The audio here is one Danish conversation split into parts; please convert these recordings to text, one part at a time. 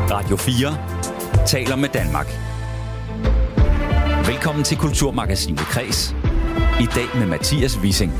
Radio 4 taler med Danmark. Velkommen til Kulturmagasinet Kreds. I dag med Mathias Wissing.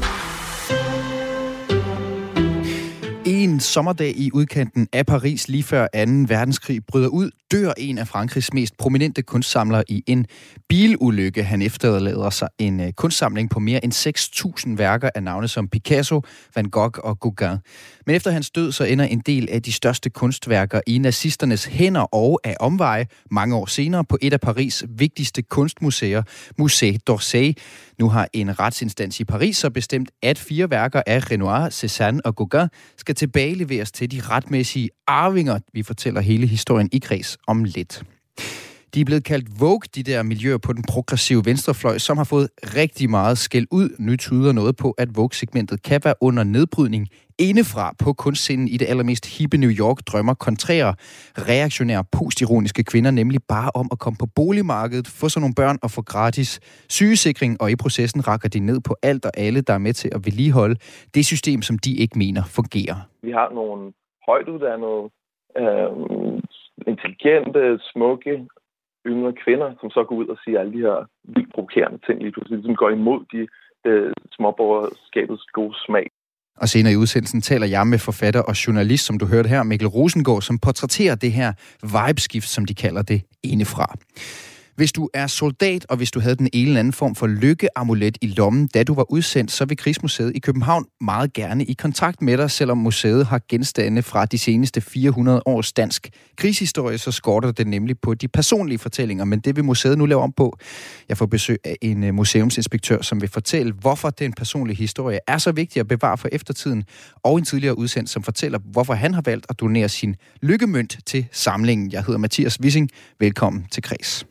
En sommerdag i udkanten af Paris lige før 2. verdenskrig bryder ud, dør en af Frankrigs mest prominente kunstsamlere i en bilulykke. Han efterlader sig en kunstsamling på mere end 6.000 værker af navne som Picasso, Van Gogh og Gauguin. Men efter hans død så ender en del af de største kunstværker i nazisternes hænder og af omveje mange år senere på et af Paris' vigtigste kunstmuseer, Musée d'Orsay. Nu har en retsinstans i Paris så bestemt, at 4 værker af Renoir, Cézanne og Gauguin skal tilbageleveres til de retmæssige arvinger. Vi fortæller hele historien i Kreds om lidt. De er blevet kaldt Vogue, de der miljøer på den progressive venstrefløj, som har fået rigtig meget skæld ud. Nu tyder noget på, at Vogue-segmentet kan være under nedbrydning indefra på kunstscenen i det allermest hippe New York. Drømmer kontrære, reaktionære, postironiske kvinder nemlig bare om at komme på boligmarkedet, få sådan nogle børn og få gratis sygesikring, og i processen rakker de ned på alt og alle, der er med til at vedligeholde det system, som de ikke mener fungerer. Vi har nogle højt uddannede, intelligente, smukke, yngre kvinder, som så går ud og siger alle de her vildt provokerende ting lige pludselig, som går imod de småborgerskabets gode smag. Og senere i udsendelsen taler jeg med forfatter og journalist, som du hørte her, Mikkel Rosengård, som portrætterer det her vibeskift, som de kalder det, indefra. Hvis du er soldat, og hvis du havde den ene eller anden form for lykkeamulet i lommen, da du var udsendt, så vil Krigsmuseet i København meget gerne i kontakt med dig. Selvom museet har genstande fra de seneste 400 års dansk krigshistorie, så skorter det nemlig på de personlige fortællinger, men det vil museet nu lave om på. Jeg får besøg af en museumsinspektør, som vil fortælle, hvorfor den personlige historie er så vigtig at bevare for eftertiden, og en tidligere udsendt, som fortæller, hvorfor han har valgt at donere sin lykkemønt til samlingen. Jeg hedder Mathias Wissing. Velkommen til Kreds.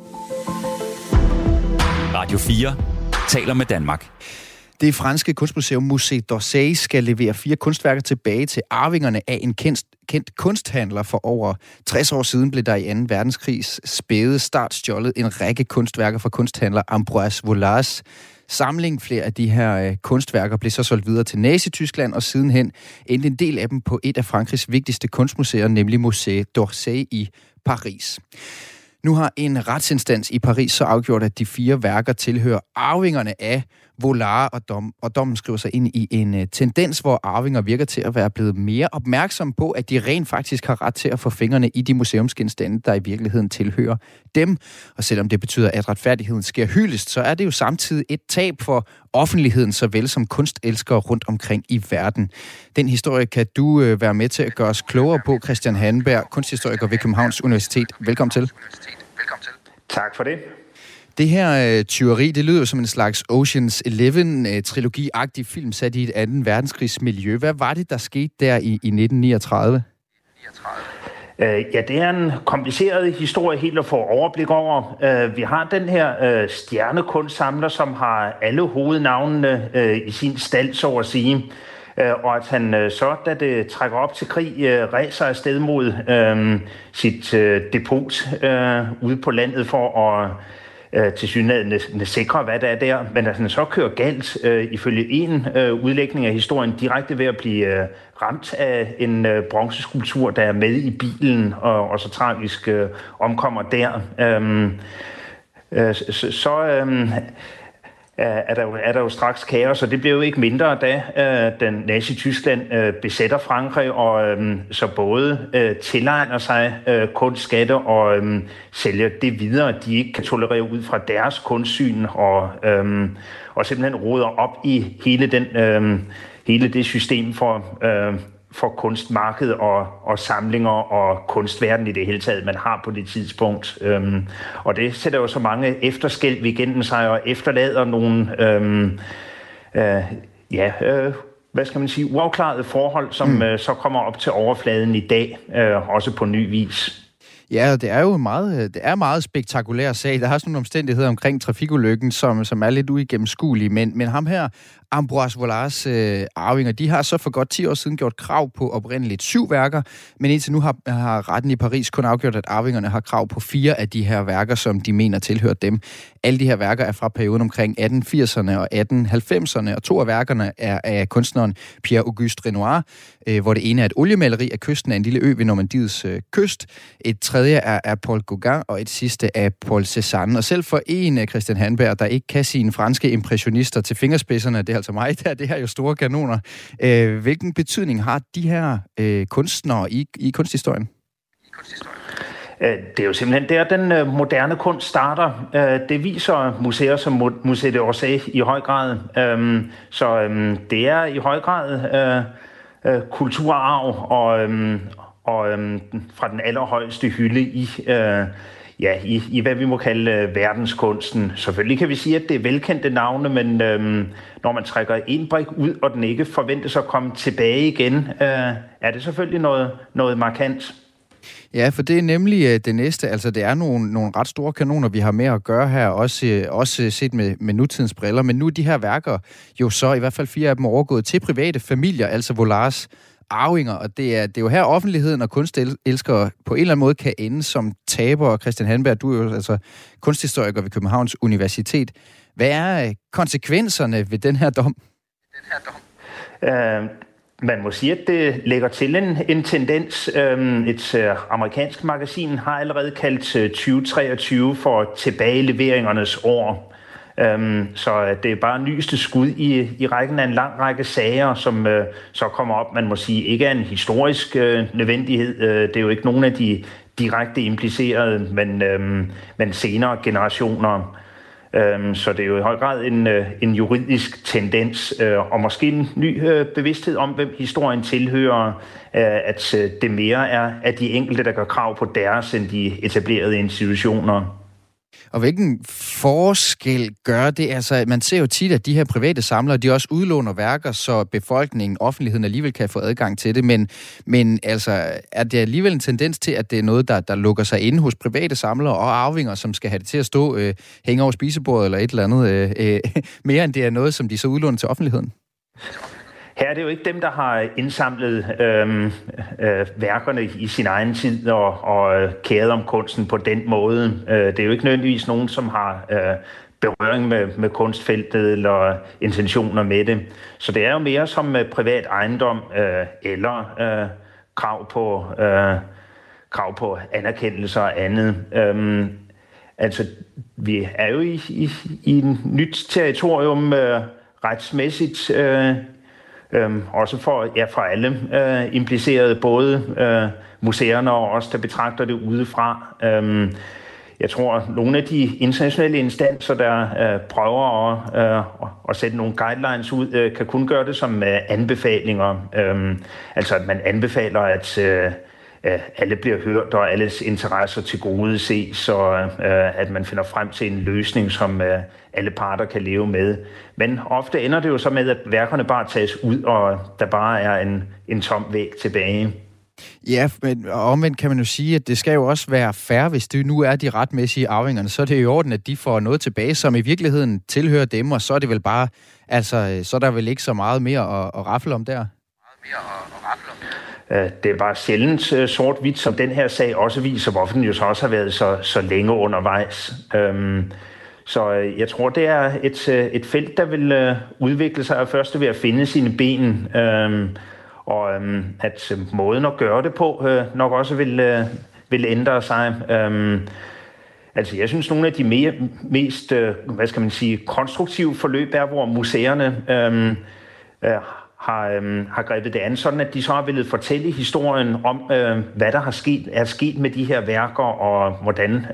Radio 4 taler med Danmark. Det franske kunstmuseum Musée d'Orsay skal levere 4 kunstværker tilbage til arvingerne af en kendt kunsthandler. For over 60 år siden blev der i 2. verdenskrigs spæde start stjålet en række kunstværker fra kunsthandler Ambroise Vollars samling. Flere af de her kunstværker blev så solgt videre til Nazi-Tyskland, og sidenhen endte en del af dem på et af Frankrigs vigtigste kunstmuseer, nemlig Musée d'Orsay i Paris. Nu har en retsinstans i Paris så afgjort, at de 4 værker tilhører arvingerne af Vollars, og dommen skriver sig ind i en tendens, hvor arvinger virker til at være blevet mere opmærksomme på, at de rent faktisk har ret til at få fingrene i de museumsgenstande, der i virkeligheden tilhører dem. Og selvom det betyder, at retfærdigheden sker hyldest, så er det jo samtidig et tab for offentligheden, såvel som kunstelskere rundt omkring i verden. Den historie kan du være med til at gøre os klogere på, Christian Hanneberg, kunsthistoriker ved Københavns Universitet. Velkommen til. Tak for det. Det her tyveri, det lyder jo som en slags Ocean's 11-trilogi-agtig film sat i et 2. verdenskrigsmiljø. Hvad var det, der skete der i 1939? Ja, det er en kompliceret historie helt at få overblik over. Vi har den her stjernekunstsamler, som har alle hovednavnene i sin stald, så at sige. Og at han så, da det trækker op til krig, rejser afsted mod sit depot ude på landet for at tilsyneladende sikre, hvad der er der. Men at han så kører galt, ifølge en udlægning af historien, direkte ved at blive ramt af en bronzeskulptur, der er med i bilen, og så tragisk omkommer der. Er der jo straks kaos, og det blev jo ikke mindre, da den Nazi-Tyskland besætter Frankrig, og så både tilegner sig kunstskatter og sælger det videre, de ikke kan tolerere ud fra deres kunstsyn, og simpelthen roder op i hele det system for kunstmarked og samlinger og kunstverden i det hele taget, man har på det tidspunkt. Og det sætter jo så mange efterskælv igennem sig og efterlader nogle hvad skal man sige, uafklarede forhold, som så kommer op til overfladen i dag, også på ny vis. Ja, det er jo en meget spektakulær sag. Der har sådan nogle omstændigheder omkring trafikulykken, som er lidt uigennemskuelige, men ham her, Ambroise Vollars arvinger, de har så for godt 10 år siden gjort krav på oprindeligt 7 værker, men indtil nu har retten i Paris kun afgjort, at arvingerne har krav på 4 af de her værker, som de mener tilhører dem. Alle de her værker er fra perioden omkring 1880'erne og 1890'erne, og 2 af værkerne er af kunstneren Pierre-Auguste Renoir, hvor det ene er et oliemaleri af kysten af en lille ø ved Normandiets kyst. Et tredje er af Paul Gauguin, og et sidste af Paul Cézanne. Og selv for en af Christian Hanberg, der ikke kan sine franske impressionister til fingerspidserne, det er altså mig, det her er jo store kanoner. Hvilken betydning har de her kunstnere i kunsthistorien? Det er jo simpelthen der, den moderne kunst starter. Det viser museer som Musée d'Orsay i høj grad. Så det er i høj grad kulturarv og fra den allerhøjeste hylde i hvad vi må kalde verdenskunsten. Selvfølgelig kan vi sige, at det er velkendte navne, men når man trækker en brik ud, og den ikke forventes at komme tilbage igen, er det selvfølgelig noget markant. Ja, for det er nemlig det næste. Altså, det er nogle ret store kanoner, vi har med at gøre her, også set med nutidens briller. Men nu er de her værker jo så, i hvert fald 4 af dem, overgået til private familier, altså Vollars arvinger. Og det er jo her offentligheden og kunstelskere på en eller anden måde kan ende som tabere. Christian Hanberg, du er jo altså kunsthistoriker ved Københavns Universitet. Hvad er konsekvenserne ved den her dom? Man må sige, at det lægger til en tendens. Et amerikansk magasin har allerede kaldt 2023 for tilbageleveringernes år. Så det er bare nyeste skud i rækken af en lang række sager, som så kommer op. Man må sige, ikke er en historisk nødvendighed. Det er jo ikke nogen af de direkte implicerede, men senere generationer. Så det er jo i høj grad en juridisk tendens, og måske en ny bevidsthed om, hvem historien tilhører, at det mere er at de enkelte, der gør krav på deres, end de etablerede institutioner. Og hvilken forskel gør det? Altså, man ser jo tit, at de her private samlere, de også udlåner værker, så befolkningen, offentligheden alligevel kan få adgang til det. Men altså, er det alligevel en tendens til, at det er noget, der lukker sig inde hos private samlere og arvinger, som skal have det til at stå, hænge over spisebordet eller et eller andet, mere end det er noget, som de så udlåner til offentligheden? Her er det jo ikke dem, der har indsamlet værkerne i sin egen tid og kæret om kunsten på den måde. Det er jo ikke nødvendigvis nogen, som har berøring med kunstfeltet eller intentioner med det. Så det er jo mere som privat ejendom eller krav på anerkendelse og andet. Altså, vi er jo i et nyt territorium retsmæssigt. Også for alle implicerede, både museerne og os, der betragter det udefra. Jeg tror, nogle af de internationale instanser, der prøver at sætte nogle guidelines ud, kan kun gøre det som anbefalinger. Altså, at man anbefaler, at alle bliver hørt, og alles interesser til gode ses, så at man finder frem til en løsning, som alle parter kan leve med. Men ofte ender det jo så med, at værkerne bare tages ud, og der bare er en tom væg tilbage. Ja, men omvendt kan man jo sige, at det skal jo også være fair, hvis det nu er de retmæssige arvingerne, så er det i orden, at de får noget tilbage, som i virkeligheden tilhører dem, og så er det vel bare, altså, så er der vel ikke så meget mere at rafle om der. Det er bare sjældent sort-hvidt, som den her sag også viser, hvorfor den jo så også har været så længe undervejs. Så jeg tror, det er et felt, der vil udvikle sig og først ved at finde sine ben, og at måden at gøre det på nok også vil ændre sig. Altså, jeg synes, nogle af de mest, konstruktive forløb er, hvor museerne har grebet det an, sådan at de så har villet fortælle historien om, hvad der er sket med de her værker, og hvordan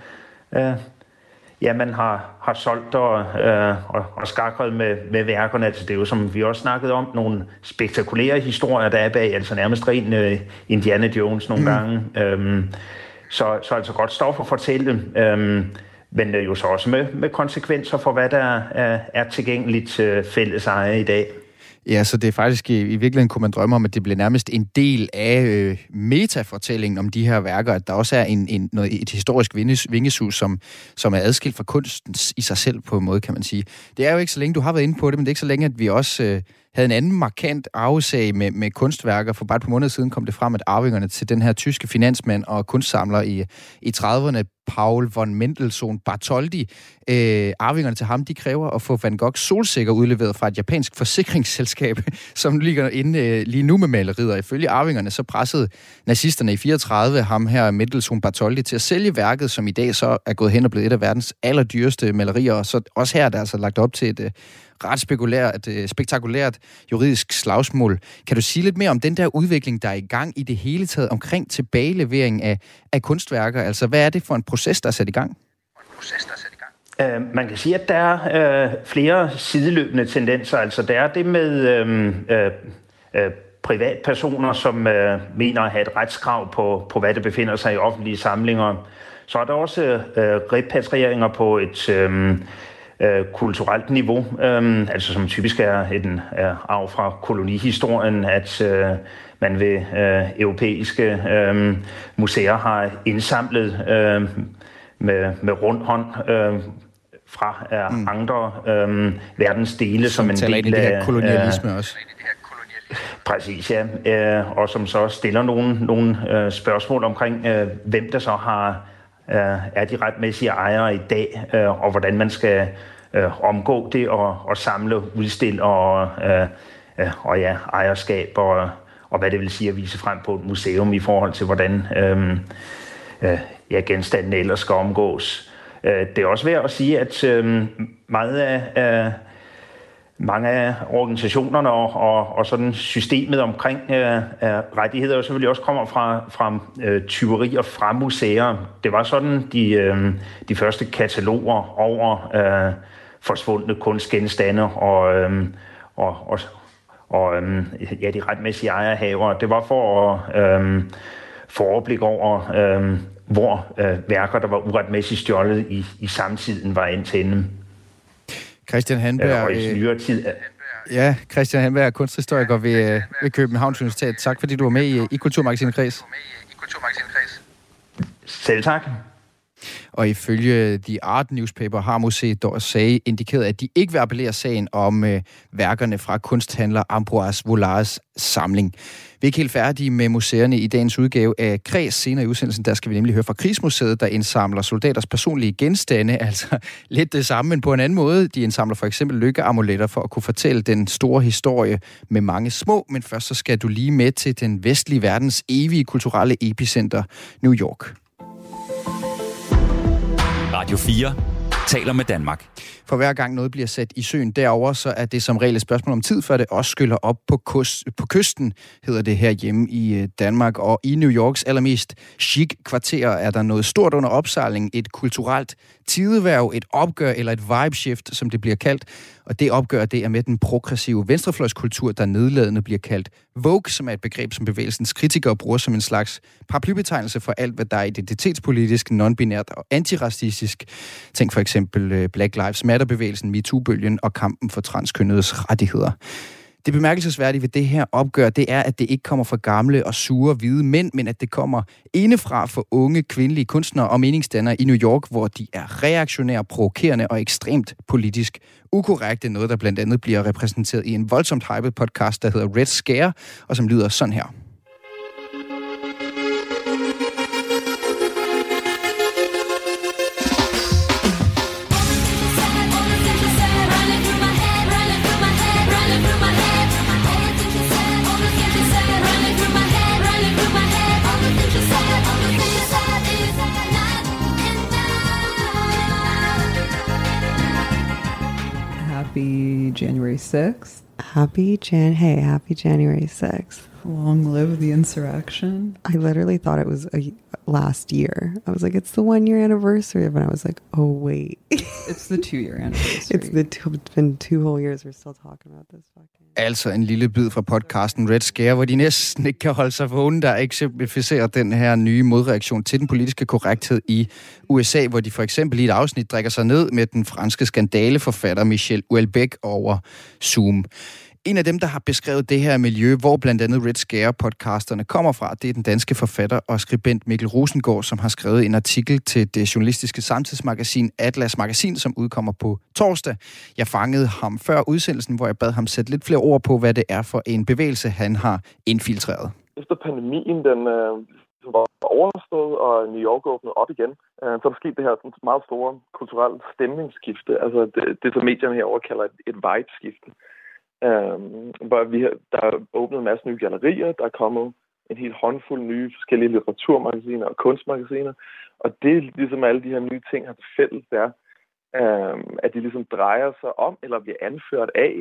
man har solgt og skakret med værkerne. Altså, det er jo, som vi også snakkede om, nogle spektakulære historier, der er bag, altså nærmest ren Indiana Jones nogle gange. Så altså godt stof at fortælle, men jo så også med konsekvenser for, hvad der er tilgængeligt fælles eje i dag. Ja, så det er faktisk i virkeligheden, kunne man drømme om, at det bliver nærmest en del af metafortællingen om de her værker, at der også er et historisk vingesus, som er adskilt fra kunsten i sig selv på en måde, kan man sige. Det er jo ikke så længe, du har været inde på det, men det er ikke så længe, at vi også havde en anden markant arvesag med kunstværker. For bare et par måneder siden kom det frem, at arvingerne til den her tyske finansmand og kunstsamler i 30'erne, Paul von Mendelssohn Bartholdy, arvingerne til ham, de kræver at få Van Goghs solsikker udleveret fra et japansk forsikringsselskab, som ligger inde lige nu med maleriet. Og ifølge arvingerne, så pressede nazisterne i 34 ham her, Mendelssohn Bartholdy, til at sælge værket, som i dag så er gået hen og blevet et af verdens allerdyreste malerier. Og så også her er der altså lagt op til et ret spektakulært juridisk slagsmål. Kan du sige lidt mere om den der udvikling, der er i gang i det hele taget omkring tilbagelevering af kunstværker? Altså, hvad er det for en proces, der er sat i gang? Man kan sige, at der er flere sideløbende tendenser. Altså, der er det med privatpersoner, som mener at have et retskrav på hvad det befinder sig i offentlige samlinger. Så er der også repatrieringer på et kulturelt niveau, altså som typisk er en arv fra kolonihistorien, at man ved europæiske museer har indsamlet med rund hånd fra andre verdensdele som en del af kolonialisme også. Præcis, ja. Og som så stiller nogle spørgsmål omkring, hvem der så er de retmæssige ejere i dag, og hvordan man skal omgå det og samle, udstille og ejerskab og hvad det vil sige at vise frem på et museum i forhold til, hvordan genstandene ellers skal omgås. Det er også værd at sige, at mange af organisationerne og sådan systemet omkring rettigheder jo selvfølgelig også kommer fra tyverier fra museer. Det var sådan de første kataloger over forsvundne kunstgenstande og de retmæssige ejerhaver. Det var for at få overblik over, hvor værker, der var uretmæssigt stjålet i samtiden, var endt henne. Christian Hanberg, og i nyere tid. Ja, Christian Hanberg, kunsthistoriker ved Københavns Universitet. Tak fordi du var med i Kulturmagasinet Kreds. Selv tak. Og ifølge The Art Newspaper har museet dog indikeret, at de ikke vil appellere sagen om værkerne fra kunsthandler Ambroise Vollars samling. Vi er ikke helt færdige med museerne i dagens udgave af Kreds. Senere i udsendelsen, der skal vi nemlig høre fra Krigsmuseet, der indsamler soldaters personlige genstande, altså lidt det samme, men på en anden måde. De indsamler for eksempel lykkeamuletter for at kunne fortælle den store historie med mange små, men først så skal du lige med til den vestlige verdens evige kulturelle epicenter, New York. Radio 4 taler med Danmark. For hver gang noget bliver sat i søen derover, så er det som regel et spørgsmål om tid, før det også skyller op på kysten, hedder det her hjemme i Danmark. Og i New Yorks allermest chic kvarter er der noget stort under opsejling, et kulturelt tideværv, et opgør eller et vibe-shift, som det bliver kaldt. Og det opgør, det er med den progressive venstrefløjskultur, der nedladende bliver kaldt Vogue, som er et begreb, som bevægelsens kritikere bruger som en slags paraplybetegnelse for alt, hvad der er identitetspolitisk, non-binært og antiracistisk. Tænk for eksempel Black Lives Matter-bevægelsen, MeToo-bølgen og kampen for transkønnedes rettigheder. Det bemærkelsesværdige ved det her opgør, det er, at det ikke kommer fra gamle og sure hvide mænd, men at det kommer indefra for unge kvindelige kunstnere og meningsdannere i New York, hvor de er reaktionære, provokerende og ekstremt politisk ukorrekte. Noget, der blandt andet bliver repræsenteret i en voldsomt hyped podcast, der hedder Red Scare, og som lyder sådan her. Happy January 6th. Happy January 6th. Long live the insurrection. I literally thought it was last year. I was like, it's the 1 year anniversary of it. And I was like, oh, wait. It's the 2 year anniversary. It's been 2 whole years. We're still talking about this fucking... Altså en lille bid fra podcasten Red Scare, hvor de næsten ikke kan holde sig vågne, der eksemplificerer den her nye modreaktion til den politiske korrekthed i USA, hvor de for eksempel i et afsnit drikker sig ned med den franske skandaleforfatter Michel Houellebecq over Zoom. En af dem, der har beskrevet det her miljø, hvor blandt andet Red Scare-podcasterne kommer fra, det er den danske forfatter og skribent Mikkel Rosengård, som har skrevet en artikel til det journalistiske samtidsmagasin Atlas Magasin, som udkommer på torsdag. Jeg fangede ham før udsendelsen, hvor jeg bad ham sætte lidt flere ord på, hvad det er for en bevægelse, han har infiltreret. Efter pandemien, den var overstået, og New York åbnede op igen, så er der sket det her sådan meget store kulturelle stemningsskifte. Altså det som medierne herovre kalder et vibe-skifte. Hvor der er åbnet en masse nye gallerier, der er kommet en helt håndfuld nye forskellige litteraturmagasiner og kunstmagasiner. Og det ligesom alle de her nye ting har til fælles, er, at de ligesom drejer sig om, eller bliver anført af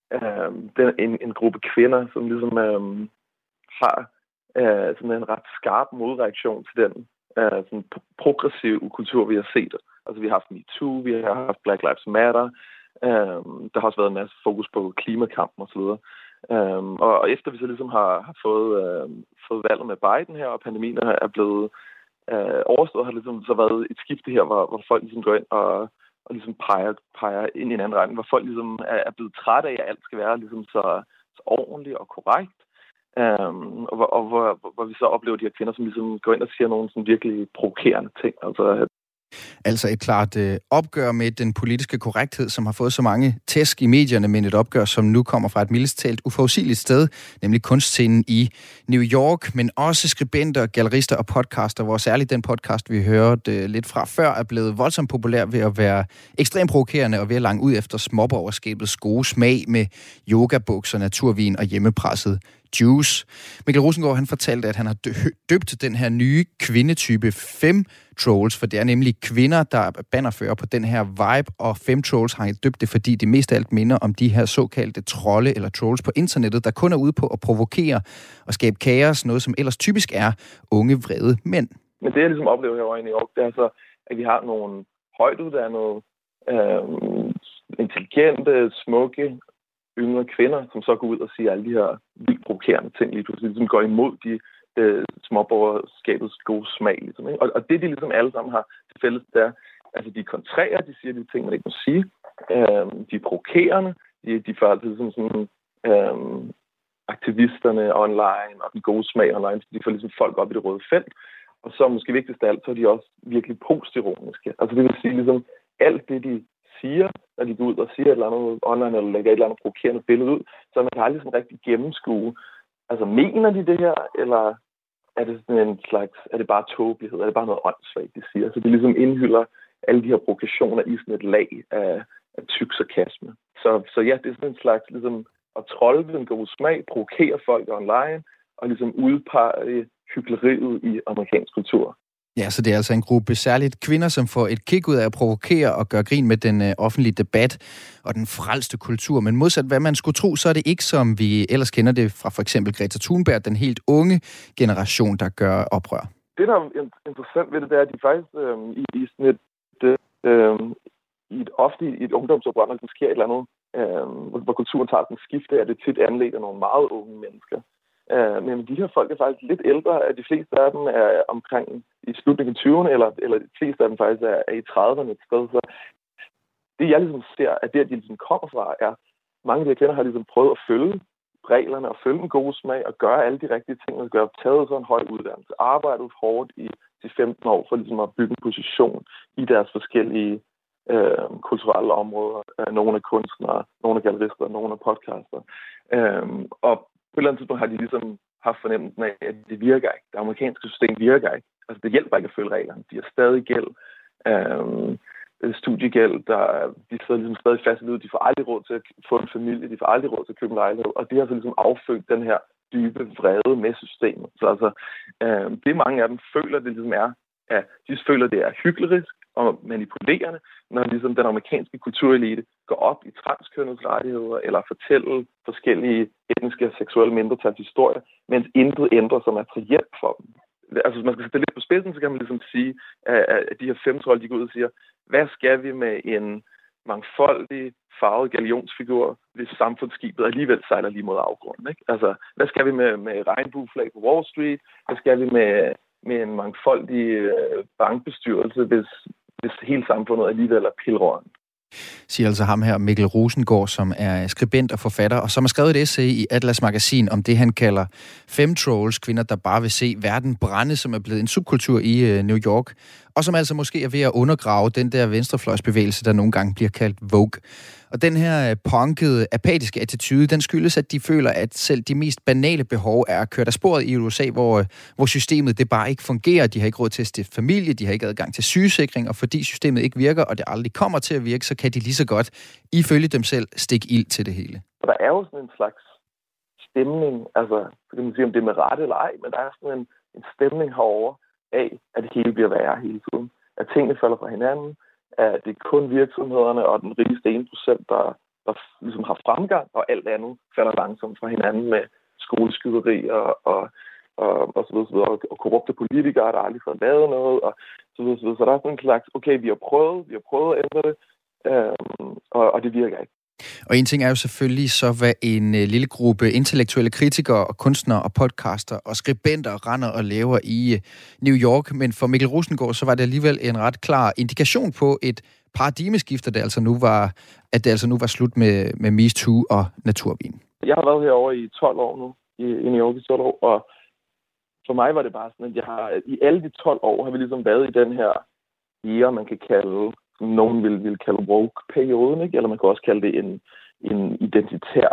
en gruppe kvinder, som ligesom har sådan en ret skarp modreaktion til den sådan progressive kultur, vi har set. Altså vi har haft MeToo, vi har haft Black Lives Matter, der har også været en masse fokus på klimakampen osv. Og efter vi så ligesom har fået valget med Biden her, og pandemien er blevet overstået, har det ligesom så været et skifte her, hvor folk ligesom går ind og ligesom peger ind i en anden retning, hvor folk ligesom er blevet trætte af, at alt skal være ligesom så ordentligt og korrekt. Og hvor vi så oplever de her kvinder, som ligesom går ind og siger nogle sådan virkelig provokerende ting. Altså et klart opgør med den politiske korrekthed, som har fået så mange tæsk i medierne, men et opgør, som nu kommer fra et mildest talt uforudsigeligt sted, nemlig kunstscenen i New York, men også skribenter, gallerister og podcaster, hvor særligt den podcast, vi hørte lidt fra før, er blevet voldsomt populær ved at være ekstremt provokerende og ved at lange ud efter småborgerskabets gode smag med yogabukser, naturvin og hjemmepresset juice. Mikkel Rosengård, han fortalte, at han har døbt den her nye kvindetype fem-trolls, for det er nemlig kvinder, der er bannerfører på den her vibe, og fem-trolls har han døbt det, fordi det mest af alt minder om de her såkaldte trolde eller trolls på internettet, der kun er ude på at provokere og skabe kaos, noget som ellers typisk er unge, vrede mænd. Men det, jeg ligesom oplever herovre i New York, det er så, at vi har nogle højt uddannede, intelligente, smukke, yngre kvinder, som så går ud og siger alle de her vildt provokerende ting lige pludselig, som går imod de småborgerskabets gode smag. Ligesom, ikke? Og det, de ligesom alle sammen har til fælles, det er, altså de kontrærer, de siger de ting, man ikke må sige. De er provokerende, de får altid ligesom sådan aktivisterne online og den gode smag online, de får ligesom folk op i det røde felt. Og så måske vigtigst af alt, så er de også virkelig postironiske. Altså det vil sige ligesom alt det, de siger, når de går ud og siger et eller andet online, eller lægger et eller andet provokerende billede ud, så man kan aldrig sådan rigtig gennemskue. Altså, mener de det her, eller er det sådan en slags, er det bare tåbelighed, er det bare noget åndssvagt, de siger? Så det ligesom indhylder alle de her provokationer i sådan et lag af tyk sarkasme. Så ja, det er sådan en slags ligesom at trolde den gode smag, provokere folk online, og ligesom udpege hykleriet i amerikansk kultur. Ja, så det er altså en gruppe særligt kvinder, som får et kick ud af at provokere og gøre grin med den offentlige debat og den frelste kultur. Men modsat hvad man skulle tro, så er det ikke, som vi ellers kender det fra for eksempel Greta Thunberg, den helt unge generation, der gør oprør. Det, der er interessant ved det, er, at de faktisk i et ungdomsoprør, når der sker et eller andet, hvor kulturen tager den skifte, er det tit anledt af nogle meget unge mennesker. Men de her folk er faktisk lidt ældre. De fleste af dem er omkring i slutningen af 20'erne, eller de fleste af dem faktisk er i 30'erne et sted. Så det, jeg ligesom ser, at det, at de ligesom kommer fra, er, mange af de her kvinder har ligesom prøvet at følge reglerne og følge den gode smag og gøre alle de rigtige ting, og gøre taget så en høj uddannelse, arbejdet hårdt i de 15 år for ligesom at bygge en position i deres forskellige kulturelle områder. Nogle er kunstnere, nogle er gallerister, nogle er podcaster. Og på et eller andet tidspunkt har de ligesom haft fornemmelsen af, at det virker ikke. Det amerikanske system virker ikke. Altså, det hjælper ikke at følge reglerne. De har stadig gæld. Studiegæld, de sidder ligesom stadig fast i livet. De får aldrig råd til at få en familie. De får aldrig råd til at købe en lejlighed. Og det har så ligesom affødt den her dybe vrede med systemet. Så altså, det mange af dem føler, det ligesom er, at de føler, det er hyklerisk og manipulerende, når ligesom den amerikanske kulturelite går op i transkønnets rettigheder eller fortæller forskellige etniske og seksuelle mindretals historier, mens intet ændrer sig materielt for dem. Altså, hvis man skal sætte det lidt på spidsen, så kan man ligesom sige, at de her femtrold, de går ud og siger, hvad skal vi med en mangfoldig, farvet galionsfigur, hvis samfundsskibet alligevel sejler lige mod afgrunden, ikke? Altså, hvad skal vi med regnbueflag på Wall Street? Hvad skal vi med en mangfoldig bankbestyrelse, hvis hele samfundet alligevel er pilråden? Siger altså ham her, Mikkel Rosengård, som er skribent og forfatter, og som har skrevet et essay i Atlas Magasin om det, han kalder femtrolls, kvinder, der bare vil se verden brænde, som er blevet en subkultur i New York, og som altså måske er ved at undergrave den der venstrefløjsbevægelse, der nogle gange bliver kaldt Vogue. Og den her punkede, apatiske attitude, den skyldes, at de føler, at selv de mest banale behov er kørt af sporet i USA, hvor systemet det bare ikke fungerer. De har ikke råd til at stifte familie, de har ikke adgang til sygesikring, og fordi systemet ikke virker, og det aldrig kommer til at virke, så kan de lige så godt, ifølge dem selv, stikke ild til det hele. Der er jo sådan en slags stemning, altså, så kan man sige, om det er med rette eller ej, men der er sådan en stemning herover af, at det hele bliver værre hele tiden. At tingene falder fra hinanden, at det er kun virksomhederne og den rigeste 1%, der ligesom har fremgang, og alt andet falder langsomt fra hinanden med skoleskyderier og så videre, og korrupte politikere, der aldrig får lavet noget, og så videre, så videre. Så der er sådan en slags, okay, vi har prøvet at ændre det, og det virker ikke. Og en ting er jo selvfølgelig så, hvad en lille gruppe intellektuelle kritikere og kunstnere og podcaster og skribenter render og laver i New York. Men for Mikkel Rosengård, så var det alligevel en ret klar indikation på et paradigmeskift, at det altså nu var slut med MeToo og naturvin. Jeg har været herovre i 12 år nu, i New York i 12 år, og for mig var det bare sådan, at i alle de 12 år har vi ligesom været i den her æra, man kan kalde, som nogen vil kalde woke-perioden, ikke? Eller man kan også kalde det en identitær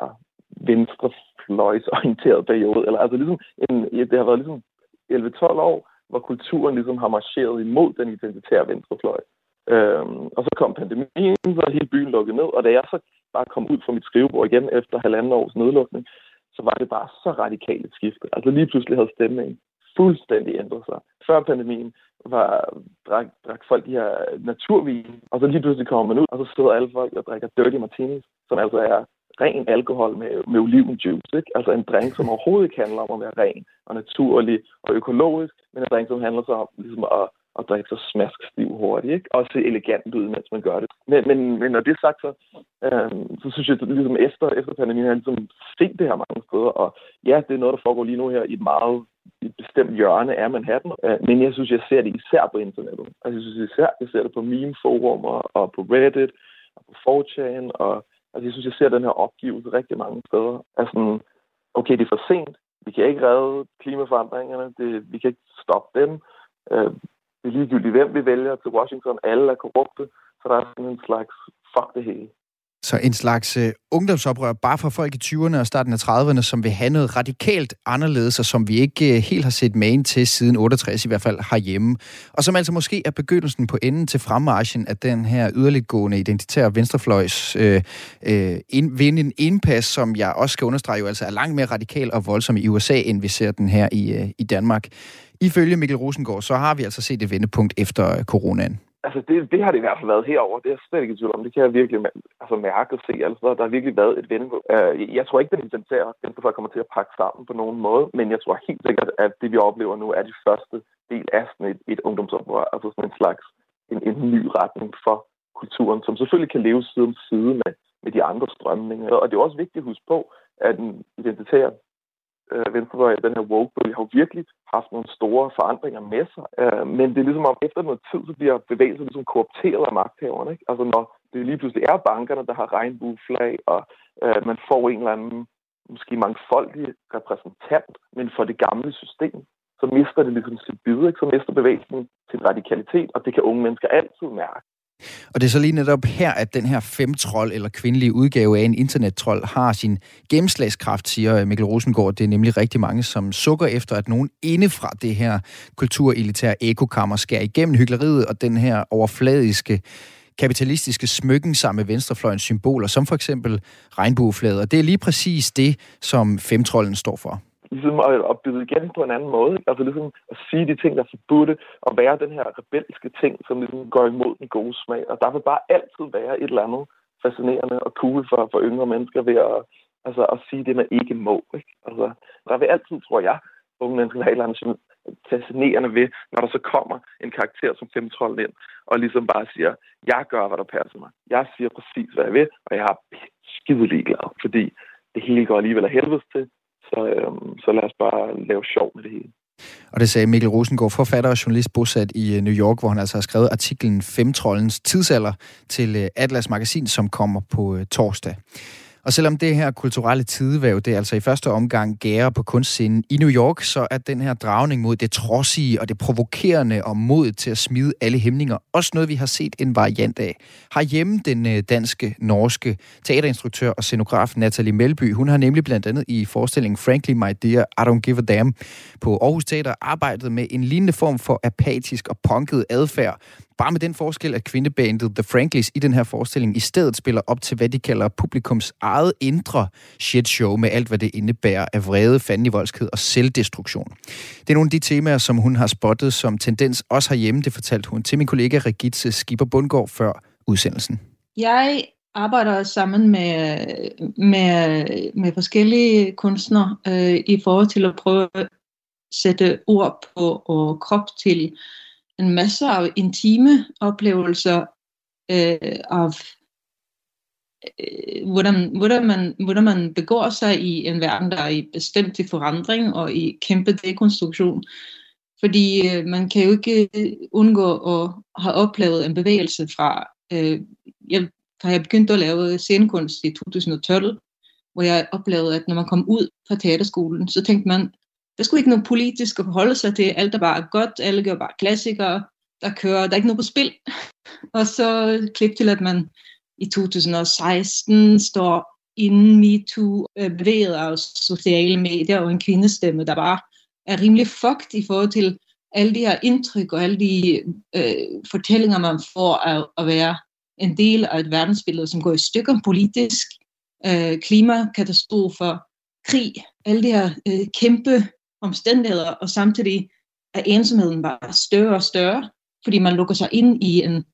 venstrefløjsorienteret periode. Eller altså ligesom det har været ligesom 11-12 år, hvor kulturen ligesom har marcheret imod den identitære venstrefløj. Og så kom pandemien, så er hele byen lukket ned, og da jeg så bare kom ud fra mit skrivebord igen efter 1,5 års nedlukning, så var det bare så radikalt et skifte. Altså lige pludselig havde stemningen fuldstændig ændret sig. Før pandemien drak folk de her naturvin, og så lige pludselig kommer man ud, og så sidder alle folk og drikker dirty martinis, som altså er ren alkohol med olivenjuice, ikke? Altså en drink, som overhovedet ikke handler om at være ren og naturlig og økologisk, men en drink, som handler så om ligesom at drikke så smaskstiv hurtigt, ikke? Og se elegant ud, mens man gør det. Men når det er sagt, så synes jeg, at ligesom efter pandemien har jeg ligesom set det her mange steder, og ja, det er noget, der foregår lige nu her i et bestemt hjørne af Manhattan, men jeg synes, jeg ser det især på internettet. Altså, jeg synes især, jeg ser det på meme-forumer og på Reddit og på 4chan, og altså, jeg synes, jeg ser den her opgivelse rigtig mange steder. Altså, okay, det er for sent. Vi kan ikke redde klimaforandringerne. Vi kan ikke stoppe dem. Det er ligegyldigt, hvem vi vælger til Washington. Alle er korrupte, så der er sådan en slags fuck det hele. Så en slags ungdomsoprør bare for folk i 20'erne og starten af 30'erne, som vil have noget radikalt anderledes, og som vi ikke helt har set magen til siden 68, i hvert fald herhjemme. Og som altså måske er begyndelsen på enden til fremmarchen af den her yderliggående identitære venstrefløjs vinde en indpas, som jeg også skal understrege jo altså er langt mere radikal og voldsom i USA, end vi ser den her i Danmark. Ifølge Mikkel Rosengård, så har vi altså set et vendepunkt efter coronaen. Altså, det har det i hvert fald været herover. Det er jeg slet ikke i tvivl om. Det kan jeg virkelig mærke og se. Altså, der har virkelig været et vendepunkt. Jeg tror ikke, at den identitære venstrefløj kommer til at pakke sammen på nogen måde, men jeg tror helt sikkert, at det, vi oplever nu, er de første del af sådan et ungdomsoprør. Altså sådan en slags en ny retning for kulturen, som selvfølgelig kan leve side om side med de andre strømninger. Og det er også vigtigt at huske på, at den identitære venstrefløj, den her woke-bølge, har virkelig haft nogle store forandringer med sig. Men det er ligesom om, efter noget tid, så bliver bevægelsen ligesom korrupteret af magthaverne, ikke? Altså når det lige pludselig er bankerne, der har regnbueflag, og man får en eller anden, måske mangfoldig repræsentant, men for det gamle system, så mister det ligesom sit bid, ikke? Så mister bevægelsen sin radikalitet, og det kan unge mennesker altid mærke. Og det er så lige netop her, at den her femtrold eller kvindelige udgave af en internettrold har sin gennemslagskraft, siger Mikkel Rosengård. Det er nemlig rigtig mange, som sukker efter, at nogen indefra det her kulturelitære ekokammer skærer igennem hykleriet og den her overfladiske kapitalistiske smykken sammen med venstrefløjens symboler, som for eksempel regnbueflaget. Og det er lige præcis det, som femtrolden står for. Ligesom at byde igen på en anden måde. Ikke? Altså ligesom at sige de ting, der er forbudte, og være den her rebelske ting, som ligesom går imod den gode smag. Og der vil bare altid være et eller andet fascinerende og cool for yngre mennesker ved at sige det, man ikke må. Ikke? Altså, der vil altid, tror jeg, unge mennesker have et eller andet fascinerende ved, når der så kommer en karakter som femtrolden ind, og ligesom bare siger, jeg gør, hvad der passer mig. Jeg siger præcis, hvad jeg vil, og jeg er skide ligeglad, fordi det hele går alligevel af helvedes til. Så lad os bare lave sjov med det hele. Og det sagde Mikkel Rosengård, forfatter og journalist bosat i New York, hvor han altså har skrevet artiklen Femtrollens tidsalder til Atlas Magasin, som kommer på torsdag. Og selvom det her kulturelle tidevæv, det er altså i første omgang gærer på kunstscenen i New York, så er den her dragning mod det trodsige og det provokerende og mod til at smide alle hæmninger også noget, vi har set en variant af. Herhjemme den danske-norske teaterinstruktør og scenograf Nathalie Melby, hun har nemlig blandt andet i forestillingen Frankly My Dear, I Don't Give a Damn på Aarhus Teater arbejdet med en lignende form for apatisk og punket adfærd. Bare med den forskel, at kvindebandet The Franklys i den her forestilling i stedet spiller op til, hvad de kalder publikums eget indre shitshow med alt, hvad det indebærer af vrede, fandenivoldskhed og selvdestruktion. Det er nogle af de temaer, som hun har spottet som tendens også herhjemme. Det fortalte hun til min kollega Regitze Skipper Bundgaard før udsendelsen. Jeg arbejder sammen med forskellige kunstnere i forhold til at prøve at sætte ord på og krop til en masse af intime oplevelser af hvordan man begår sig i en verden, der er i bestemt til forandring og i kæmpe dekonstruktion. Fordi man kan jo ikke undgå at have oplevet en bevægelse fra... Jeg begyndte at lave scenekunst i 2012, hvor jeg oplevede, at når man kom ud fra teaterskolen, så tænkte man, der skulle ikke noget politisk at forholde sig til. Alt er bare godt, alle gør bare klassikere, der er ikke noget på spil. Og så klip til, at man i 2016 står inden MeToo bevæget af sociale medier og en kvindestemme, der bare er rimelig fucked i forhold til alle de her indtryk og alle de fortællinger, man får af at være en del af et verdensbillede, som går i stykker politisk, klimakatastrofer, krig, alle de her kæmpe omstændigheder, og samtidig er ensomheden bare større og større, fordi man lukker sig ind i en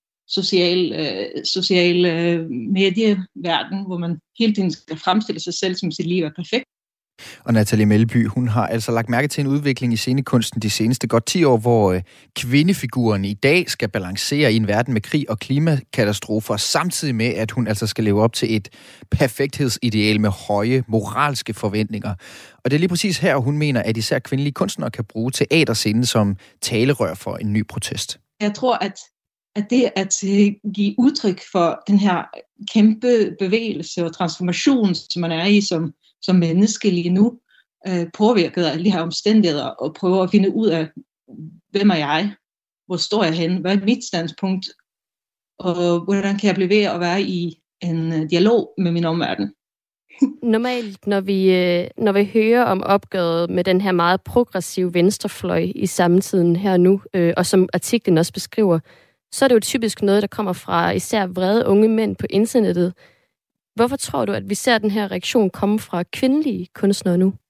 social medieverden, hvor man hele tiden skal fremstille sig selv, som sit liv er perfekt. Og Nathalie Melby, hun har altså lagt mærke til en udvikling i scenekunsten de seneste godt 10 år, hvor kvindefiguren i dag skal balancere i en verden med krig og klimakatastrofer, samtidig med, at hun altså skal leve op til et perfekthedsideal med høje moralske forventninger. Og det er lige præcis her, hun mener, at især kvindelige kunstnere kan bruge teaterscenen som talerør for en ny protest. Jeg tror, at det at give udtryk for den her kæmpe bevægelse og transformation, som man er i som menneske lige nu, påvirket af de her omstændigheder, og prøver at finde ud af, hvem er jeg? Hvor står jeg hen? Hvad er mit standpunkt? Og hvordan kan jeg blive ved at være i en dialog med min omverden? Normalt, når vi hører om opgøret med den her meget progressive venstrefløj i samtiden her nu, og som artiklen også beskriver, så er det jo typisk noget, der kommer fra især vrede unge mænd på internettet. Hvorfor tror du, at vi ser den her reaktion komme fra kvindelige kunstnere nu?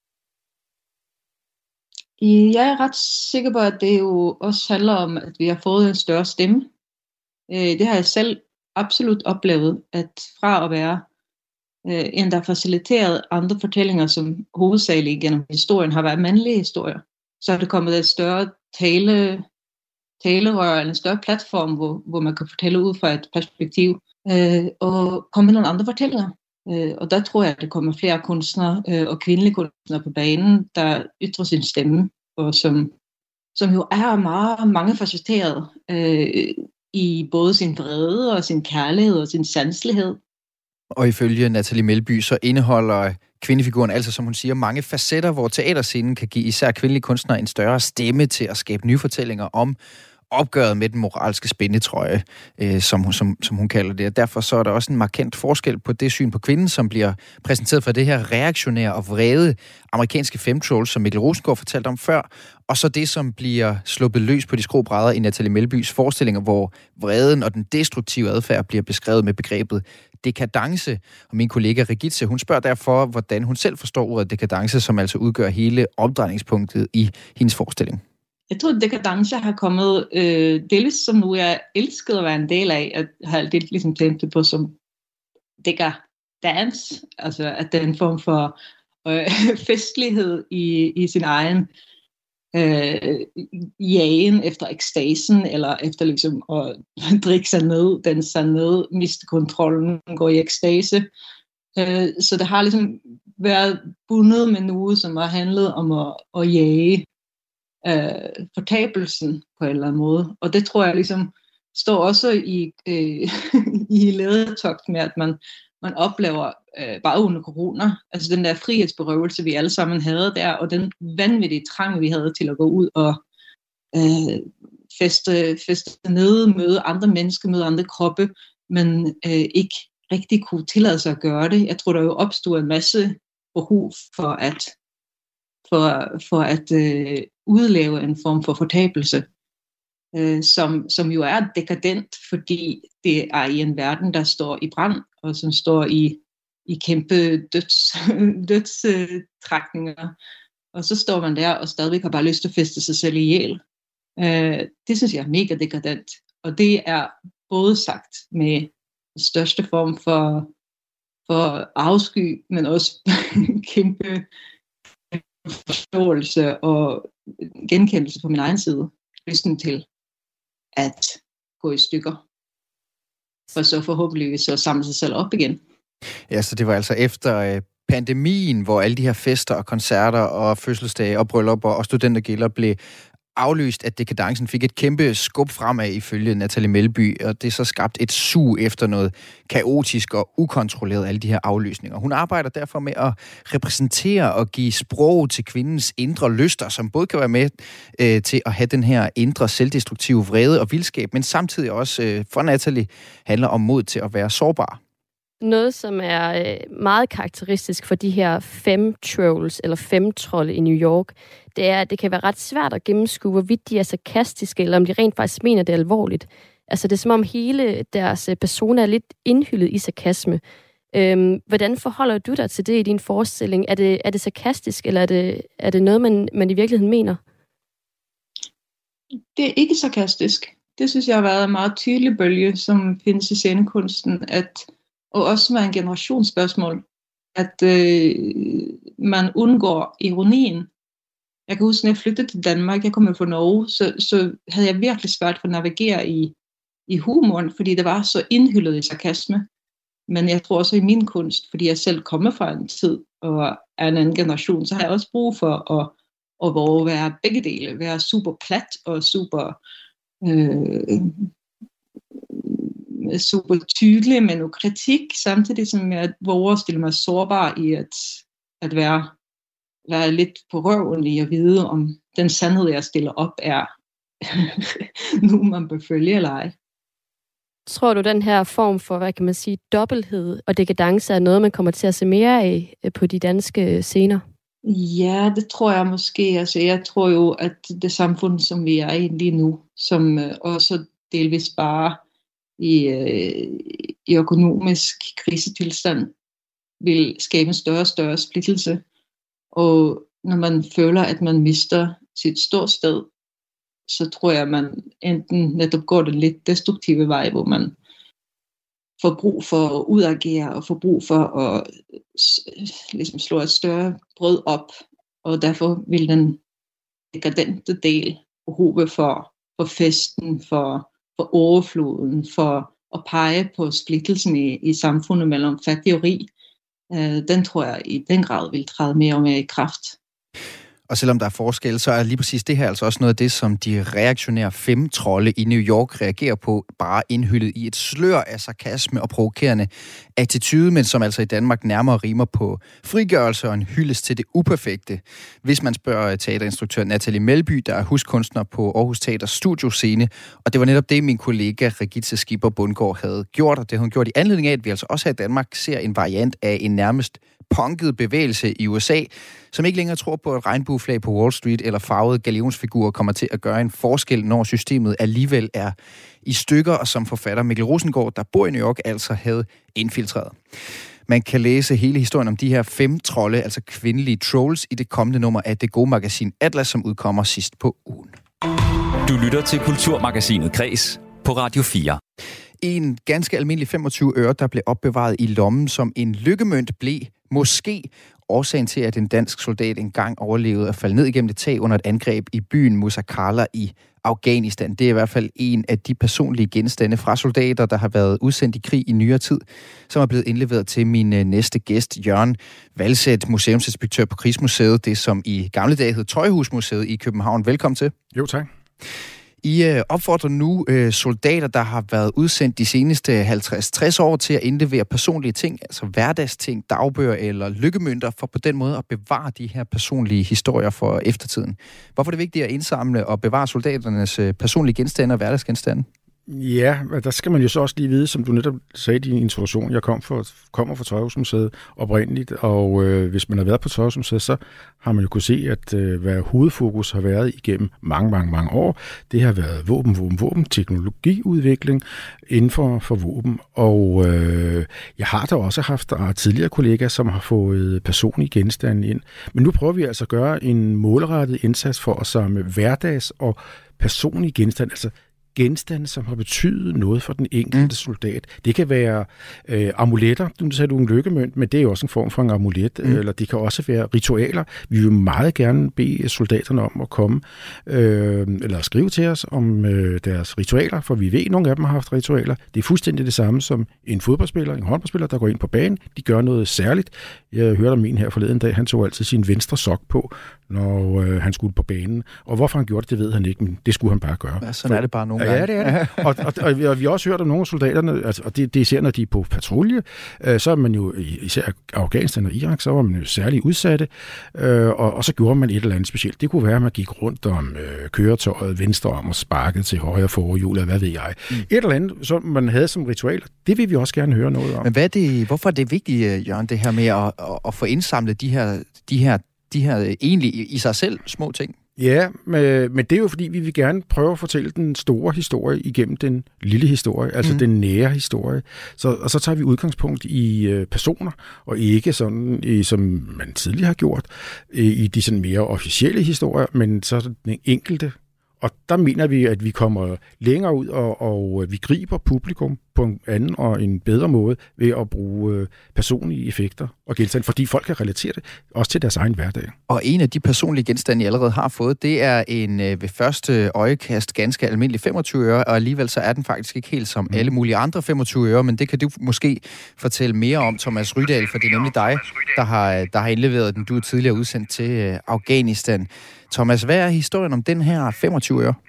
Jeg er ret sikker på, at det jo også handler om, at vi har fået en større stemme. Det har jeg selv absolut oplevet, at fra at være en, der faciliteret andre fortællinger, som hovedsageligt gennem historien har været mandlige historier, så er det kommet et større talerør, eller en større platform, hvor man kan fortælle ud fra et perspektiv, og komme med nogle andre fortællinger. Og der tror jeg, at der kommer flere kunstnere og kvindelige kunstnere på banen, der ytrer sin stemme, og som jo er meget mangefacetteret i både sin vrede og sin kærlighed og sin sanselighed. Og ifølge Nathalie Melby, så indeholder kvindefiguren altså, som hun siger, mange facetter, hvor teaterscenen kan give især kvindelige kunstnere en større stemme til at skabe nye fortællinger om opgøret med den moralske spændetrøje, som hun kalder det. Og derfor så er der også en markant forskel på det syn på kvinden, som bliver præsenteret for det her reaktionære og vrede amerikanske femtrolls, som Mikkel Rosengård fortalte om før, og så det, som bliver sluppet løs på de skrå brædder i Nathalie Melbys forestillinger, hvor vreden og den destruktive adfærd bliver beskrevet med begrebet dekadence. Og min kollega Regitze, hun spørger derfor, hvordan hun selv forstår ordet dekadence, som altså udgør hele omdrejningspunktet i hendes forestilling. Jeg tror, at dekadence har kommet delvis som nu jeg elskede at være en del af, at jeg har altid ligesom tænkt det på som dekadans, altså at det er en form for festlighed i sin egen jagen efter ekstasen, eller efter ligesom at drikke sig ned, danse sig ned, miste kontrollen, gå i ekstase. Så det har ligesom været bundet med noget, som har handlet om at jage fortabelsen på en eller anden måde. Og det tror jeg ligesom står også i ledertogt med, at man oplever bare under corona, altså den der frihedsberøvelse, vi alle sammen havde der, og den vanvittige trang, vi havde til at gå ud og feste nede, møde andre mennesker, møde andre kroppe, men ikke rigtig kunne tillade sig at gøre det. Jeg tror, der jo opstod en masse behov for at udleve en form for fortabelse, som jo er dekadent, fordi det er i en verden, der står i brand, og som står i kæmpe dødstrækninger. Og så står man der og stadigvæk har bare lyst til at feste sig selv ihjel. Det synes jeg er mega dekadent. Og det er både sagt med den største form for afsky, men også kæmpe forståelse og genkendelse på min egen side. Lysten til at gå i stykker. For så forhåbentlig så samle sig selv op igen. Ja, så det var altså efter pandemien, hvor alle de her fester og koncerter og fødselsdage og bryllupper og studentergilder blev aflyst, at dekadencen fik et kæmpe skub fremad ifølge Natalie Melby, og det er så skabt et sug efter noget kaotisk og ukontrolleret, alle de her aflysninger. Hun arbejder derfor med at repræsentere og give sprog til kvindens indre lyster, som både kan være med til at have den her indre selvdestruktive vrede og vildskab, men samtidig også for Natalie handler om mod til at være sårbar. Noget, som er meget karakteristisk for de her femtrolls, eller femtrolde i New York, det er, at det kan være ret svært at gennemskue, hvorvidt de er sarkastiske, eller om de rent faktisk mener det alvorligt. Altså, det er som om hele deres persona er lidt indhyllet i sarkasme. Hvordan forholder du dig til det i din forestilling? Er det sarkastisk, eller er det noget, man i virkeligheden mener? Det er ikke sarkastisk. Det synes jeg har været en meget tydelig bølge, som findes i scenekunsten, og også med en generationsspørgsmål, at man undgår ironien. Jeg kan huske, når jeg flyttede til Danmark, jeg kom fra Norge, så havde jeg virkelig svært for at navigere i humoren, fordi det var så indhyllet i sarkasme. Men jeg tror også i min kunst, fordi jeg selv kommer fra en tid og er en anden generation, så har jeg også brug for at være begge dele, være super plat og super tydelig med noget kritik, samtidig som jeg våger at stille mig sårbar i at være lidt på røven i at vide, om den sandhed, jeg stiller op, er nu man bør følge eller ej. Tror du, den her form for, hvad kan man sige, dobbelthed og dekadence er noget, man kommer til at se mere af på de danske scener? Ja, det tror jeg måske. Altså, jeg tror jo, at det samfund, som vi er i lige nu, som også delvis bare i økonomisk krisetilstand, vil skabe en større og større splittelse. Og når man føler, at man mister sit ståsted, så tror jeg, at man enten netop går den lidt destruktive vej, hvor man får brug for at udagere og får brug for at ligesom slå et større brød op. Og derfor vil den dekadente del behovet for festen, for overfloden, for at pege på splittelsen i samfundet mellem fattig og rig, den tror jeg i den grad vil træde mere og mere i kraft. Og selvom der er forskel, så er lige præcis det her altså også noget af det, som de reaktionære femtrolde i New York reagerer på, bare indhyllet i et slør af sarkasme og provokerende attitude, men som altså i Danmark nærmere rimer på frigørelse og en hyldest til det uperfekte. Hvis man spørger teaterinstruktør Natalie Melby, der er huskunstner på Aarhus Teaters studioscene, og det var netop det, min kollega Regitze Skipper Bundgaard havde gjort, og det havde hun gjort i anledning af, at vi altså også her i Danmark ser en variant af en nærmest punket bevægelse i USA, som ikke længere tror på, at regnbueflag på Wall Street eller farvede galionsfigurer kommer til at gøre en forskel, når systemet alligevel er i stykker, og som forfatter Mikkel Rosengård, der bor i New York, altså havde infiltreret. Man kan læse hele historien om de her femtrolde, altså kvindelige trolls, i det kommende nummer af det gode magasin Atlas, som udkommer sidst på ugen. Du lytter til Kulturmagasinet Kres på Radio 4. En ganske almindelig 25 øre, der blev opbevaret i lommen som en lykkemønt, blev måske årsagen til, at en dansk soldat engang overlevede at falde ned igennem et tag under et angreb i byen Musakala i Afghanistan. Det er i hvert fald en af de personlige genstande fra soldater, der har været udsendt i krig i nyere tid, som er blevet indleveret til min næste gæst, Jørgen Valseth, museumsinspektør på Krigsmuseet, det som i gamle dage hed Tøjhusmuseet i København. Velkommen til. Jo, tak. I opfordrer nu soldater, der har været udsendt de seneste 50-60 år til at indlevere personlige ting, altså hverdagsting, dagbøger eller lykkemønter, for på den måde at bevare de her personlige historier for eftertiden. Hvorfor er det vigtigt at indsamle og bevare soldaternes personlige genstande og hverdagsgenstande? Ja, der skal man jo så også lige vide, som du netop sagde i din introduktion, jeg kommer fra Tøjhusmuseet oprindeligt, og hvis man har været på Tøjhusmuseet, så har man jo kunne se, at hvad hovedfokus har været igennem mange år, det har været våben, teknologiudvikling inden for våben, og jeg har da også haft tidligere kollegaer, som har fået personlige genstande ind, men nu prøver vi altså at gøre en målrettet indsats for at samle hverdags- og personlige genstande, altså genstande, som har betydet noget for den enkelte soldat. Det kan være amuletter, du sagde, du er en lykkemønt, men det er jo også en form for en amulet, eller det kan også være ritualer. Vi vil meget gerne bede soldaterne om at komme eller skrive til os om deres ritualer, for vi ved, at nogle af dem har haft ritualer. Det er fuldstændig det samme som en fodboldspiller, en håndboldspiller, der går ind på banen. De gør noget særligt. Jeg hørte om en her forleden dag, han tog altid sin venstre sok på, når han skulle på banen. Og hvorfor han gjorde det ved han ikke, men det skulle han bare gøre. Ja, sådan er det bare nogle gange. Ja, det er det. Og vi har også hørt om nogle af soldaterne, altså, og det er især, når de er på patrulje, så er man jo, især Afghanistan og Irak, så var man jo særligt udsatte, og så gjorde man et eller andet specielt. Det kunne være, at man gik rundt om køretøjet venstre om og sparkede til højre forhjul, eller hvad ved jeg. Et eller andet, som man havde som ritual, det vil vi også gerne høre noget om. Men hvorfor er det vigtigt, Jørgen, det her med at få indsamlet de her egentlig i sig selv små ting? Ja, men det er jo fordi, vi vil gerne prøve at fortælle den store historie igennem den lille historie, altså den nære historie. Og så tager vi udgangspunkt i personer, og ikke sådan, som man tidligere har gjort, i de sådan mere officielle historier, men så den enkelte. Og der mener vi, at vi kommer længere ud, og vi griber publikum på en anden og en bedre måde ved at bruge personlige effekter og genstande, fordi folk kan relatere det også til deres egen hverdag. Og en af de personlige genstande, I allerede har fået, det er en ved første øjekast ganske almindelig 25 øre, og alligevel så er den faktisk ikke helt som alle mulige andre 25 øre, men det kan du måske fortælle mere om, Thomas Rydahl, for det er nemlig dig, der har indleveret den. Du er tidligere udsendt til Afghanistan. Thomas, hvad er historien om den her 25 øre?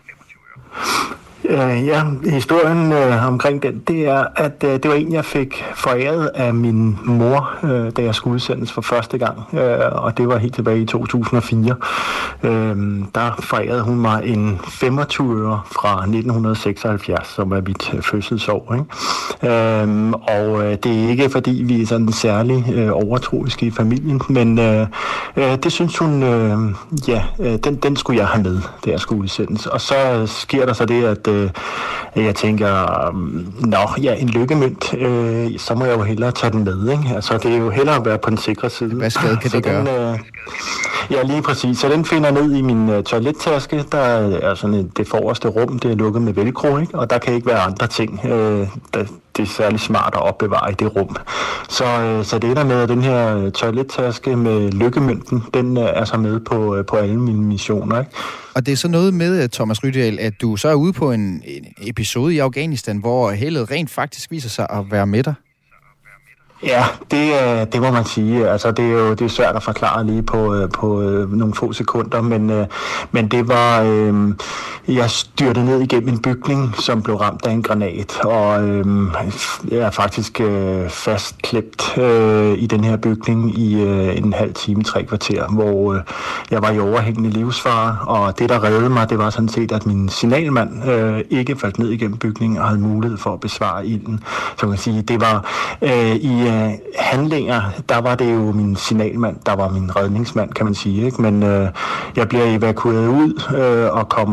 Ja, historien omkring den, det er, at det var en, jeg fik foræret af min mor, da jeg skulle udsendes for første gang, og det var helt tilbage i 2004. Der forærede hun mig en 25 øre fra 1976, som er mit fødselsår. Ikke? Og det er ikke, fordi vi er sådan særlig overtroiske i familien, men det synes hun, den skulle jeg have med, da jeg skulle udsendes. Og så sker der så det, at jeg tænker, en lykkemønt, så må jeg jo hellere tage den med, ikke? Altså, det er jo hellere at være på den sikre side. Hvad skade kan det gøre? Ja, lige præcis. Så den finder ned i min toilettaske. Der er sådan det forreste rum, det er lukket med velcro, ikke? Og der kan ikke være andre ting, det er særlig smart at opbevare i det rum. Så det ender med, at den her toilettaske med lykkemønten, den er så med på alle mine missioner, ikke? Og det er så noget med, Thomas Rydahl, at du så er ude på en episode i Afghanistan, hvor heldet rent faktisk viser sig at være med dig. Ja, det må man sige. Altså, det er svært at forklare lige på nogle få sekunder, men det var, jeg styrte ned igennem en bygning, som blev ramt af en granat, og jeg er faktisk fastklæbt i den her bygning i en halv time, 3 kvarter, hvor jeg var i overhængende livsfare, og det, der reddede mig, det var sådan set, at min signalmand ikke faldt ned igennem bygningen og havde mulighed for at besvare ilden. Så man kan sige, det var i handlinger, der var det jo min signalmand, der var min redningsmand, kan man sige, ikke? Men jeg bliver evakueret ud og kommer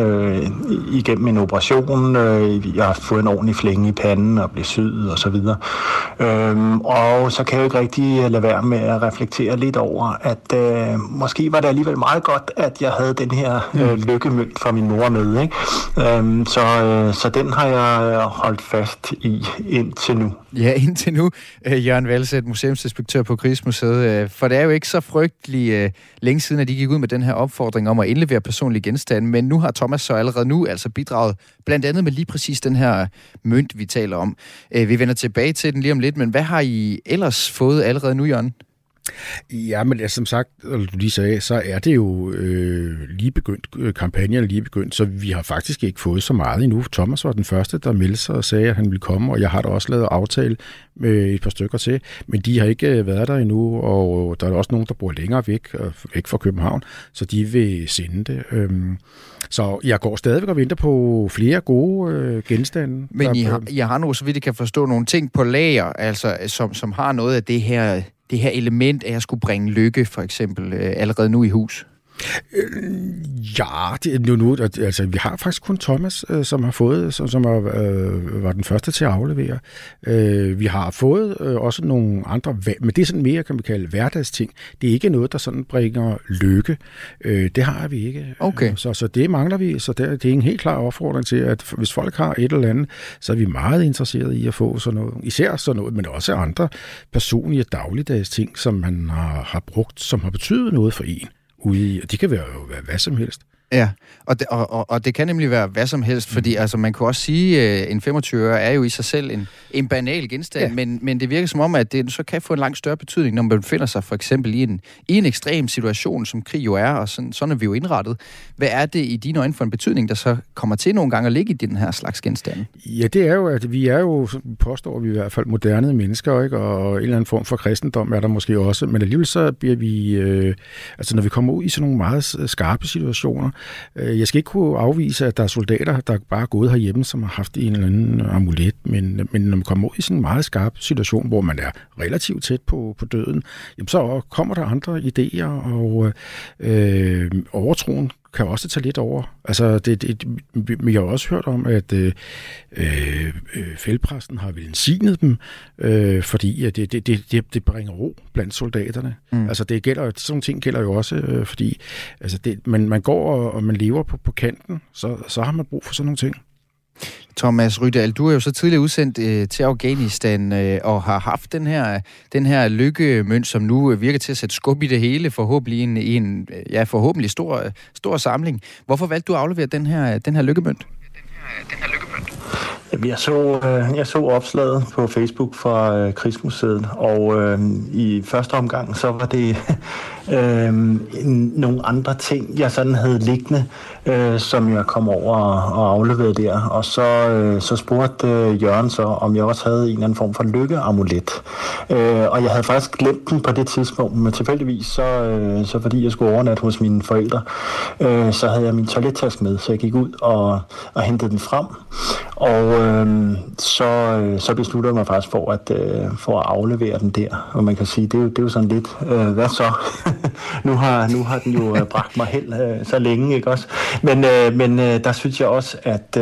igennem en operation. Jeg har fået en ordentlig flænge i panden og blev syet og så videre. Og så kan jeg jo ikke rigtig lade være med at reflektere lidt over, at måske var det alligevel meget godt, at jeg havde den her lykkemønt fra min mor med, ikke? Så den har jeg holdt fast i indtil nu. Ja, indtil nu, Jørgen Hvalseth, museumsinspektør på Krigsmuseet. For det er jo ikke så frygtelig længe siden, at de gik ud med den her opfordring om at indlevere personlige genstande, men nu har Thomas så allerede nu altså bidraget blandt andet med lige præcis den her mønt, vi taler om. Vi vender tilbage til den lige om lidt, men hvad har I ellers fået allerede nu, Jørgen? Ja, men som sagt, eller du lige sagde, så er det jo lige begyndt, kampagnen er lige begyndt, så vi har faktisk ikke fået så meget endnu. Thomas var den første, der meldte sig og sagde, at han ville komme, og jeg har da også lavet aftale med et par stykker til, men de har ikke været der endnu, og der er også nogen, der bor længere væk fra København, så de vil sende det. Så jeg går stadigvæk og venter på flere gode genstande. Men I har nu, så vidt jeg kan forstå, nogle ting på lager, altså, som har noget af det her element af at skulle bringe lykke, for eksempel, allerede nu i hus? Ja, altså, vi har faktisk kun Thomas, som har fået, som var den første til at aflevere. Vi har fået også nogle andre, men det er sådan mere, kan man kalde, hverdagsting. Det er ikke noget, der sådan bringer lykke. Det har vi ikke. Okay. Så det mangler vi, så det er en helt klar opfordring til, at hvis folk har et eller andet, så er vi meget interesserede i at få sådan noget. Især sådan noget, men også andre personlige dagligdags ting, som man har brugt, som har betydet noget for en. Og det kan være hvad som helst. Ja, og det kan nemlig være hvad som helst, fordi altså, man kan også sige, at en 25-øre er jo i sig selv en banal genstand, ja. men det virker som om, at det så kan få en langt større betydning, når man befinder sig for eksempel i en ekstrem situation, som krig jo er, og sådan er vi jo indrettet. Hvad er det i dine øjne for en betydning, der så kommer til nogle gange at ligge i den her slags genstande? Ja, det er jo, at vi er jo, påstår vi i hvert fald, moderne mennesker, ikke? Og en eller anden form for kristendom er der måske også, men alligevel så bliver vi, altså når vi kommer ud i sådan nogle meget skarpe situationer. Jeg skal ikke kunne afvise, at der er soldater, der bare er gået herhjemme, som har haft en eller anden amulet, men når man kommer ud i sådan en meget skarp situation, hvor man er relativt tæt på døden, jamen så kommer der andre idéer, og overtroen kan også tage lidt over. Altså, jeg har også hørt om, at feltpræsten har velsignet dem, fordi det bringer ro blandt soldaterne. Altså, sådan nogle ting gælder jo også, fordi altså man går og man lever på kanten, så har man brug for sådan nogle ting. Thomas Rydahl, du er jo så tidligere udsendt til Afghanistan og har haft den her lykkemønt, som nu virker til at sætte skub i det hele, forhåbentlig i en forhåbentlig stor samling. Hvorfor valgte du at aflevere den her lykkemønt? Jeg så opslaget på Facebook fra Krigsmuseet, og i første omgang så var det nogle andre ting, jeg sådan havde liggende, som jeg kom over og afleverede der. Og så spurgte Jørgen så, om jeg også havde en eller anden form for lykkeamulet. Og jeg havde faktisk glemt den på det tidspunkt, men tilfældigvis så fordi jeg skulle overnatte hos mine forældre, så havde jeg min toilettaske med, så jeg gik ud og hentede den frem. Og så besluttede jeg mig faktisk for at aflevere den der. Og man kan sige, det er jo sådan lidt, hvad så? nu har den jo bragt mig held så længe, ikke også? Men der synes jeg også, at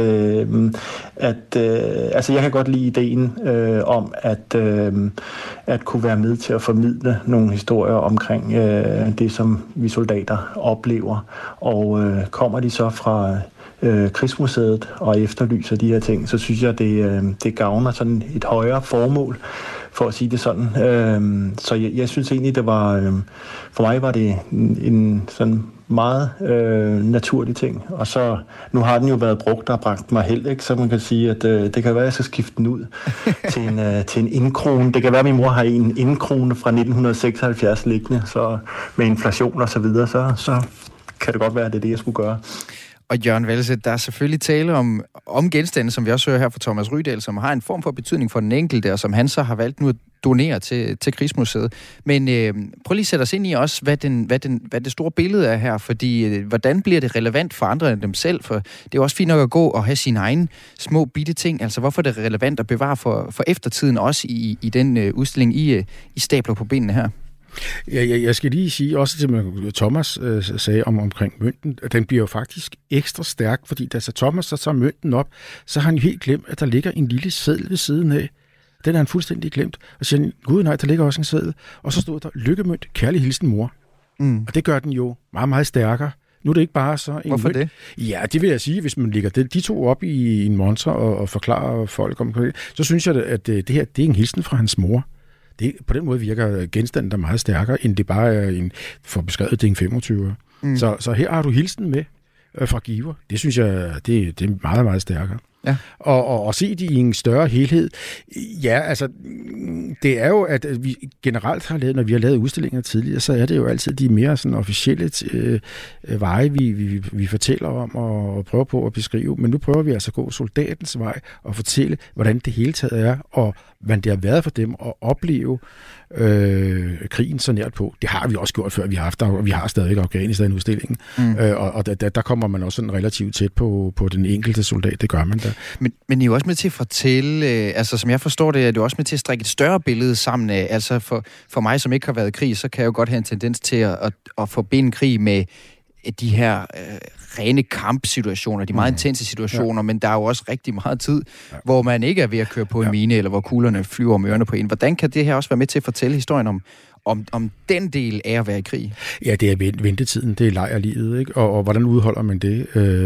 altså jeg kan godt lide ideen om at kunne være med til at formidle nogle historier omkring det, som vi soldater oplever. Og kommer de så fra Krigsmuseet og efterlyser de her ting, så synes jeg, det gavner sådan et højere formål, for at sige det sådan. Så jeg synes egentlig, det var, for mig var det en sådan meget naturlig ting. Og så, nu har den jo været brugt og bragt mig held, ikke? Så man kan sige, at det kan være, at jeg skal skifte den ud til en indkrone. Det kan være, at min mor har en indkrone fra 1976 liggende, så med inflation og så videre, så kan det godt være, at det er det, jeg skulle gøre. Og Jørgen Hvalseth, der er selvfølgelig tale om genstande, som vi også hører her fra Thomas Rydahl, som har en form for betydning for den enkelte, og som han så har valgt nu at donere til Krigsmuseet. Men prøv lige at sætte os ind i også, hvad det store billede er her, fordi hvordan bliver det relevant for andre end dem selv? For det er jo også fint nok at gå og have sine egne små bitte ting. Altså, hvorfor er det relevant at bevare for eftertiden, også i den udstilling, I stabler på benene her? Jeg skal lige sige, også til Thomas sagde omkring mønten, at den bliver jo faktisk ekstra stærk, fordi da Thomas så tager mønten op, så har han jo helt glemt, at der ligger en lille seddel ved siden af. Den er han fuldstændig glemt. Og så siger han, gud nej, der ligger også en seddel. Og så stod der, lykkemønt, kærlig hilsen mor. Og det gør den jo meget, meget stærkere. Nu er det ikke bare så en Hvorfor mønt. det? Ja, det vil jeg sige, hvis man lægger de to op i en montre og forklarer folk om det, så synes jeg, at det her, det er en hilsen fra hans mor. På den måde virker genstanden der meget stærkere, end det bare er en for beskrevet, det er en 25. Så her har du hilsen med fra giver. Det synes jeg, det er meget, meget stærkere. Ja. Og se det i en større helhed. Ja, altså, det er jo, at vi generelt har lavet, når vi har lavet udstillinger tidligere, så er det jo altid de mere sådan officielle veje, vi fortæller om og prøver på at beskrive. Men nu prøver vi altså at gå soldatens vej og fortælle, hvordan det hele taget er, og hvordan det har været for dem at opleve krigen så nært på. Det har vi også gjort før, vi har haft, og vi har stadig Afghanistan-udstillingen. Og der kommer man også sådan relativt tæt på den enkelte soldat, det gør man der. Men I er jo også med til at fortælle, altså som jeg forstår det, er du også med til at strikke et større billede sammen. Altså for mig, som ikke har været i krig, så kan jeg jo godt have en tendens til at forbinde krig med de her rene kampsituationer, de meget intense situationer, men der er jo også rigtig meget tid, hvor man ikke er ved at køre på en mine, eller hvor kuglerne flyver om ørerne på en. Hvordan kan det her også være med til at fortælle historien om den del af at være i krig? Ja, det er ventetiden, det er lejrlivet, ikke? Og hvordan udholder man det?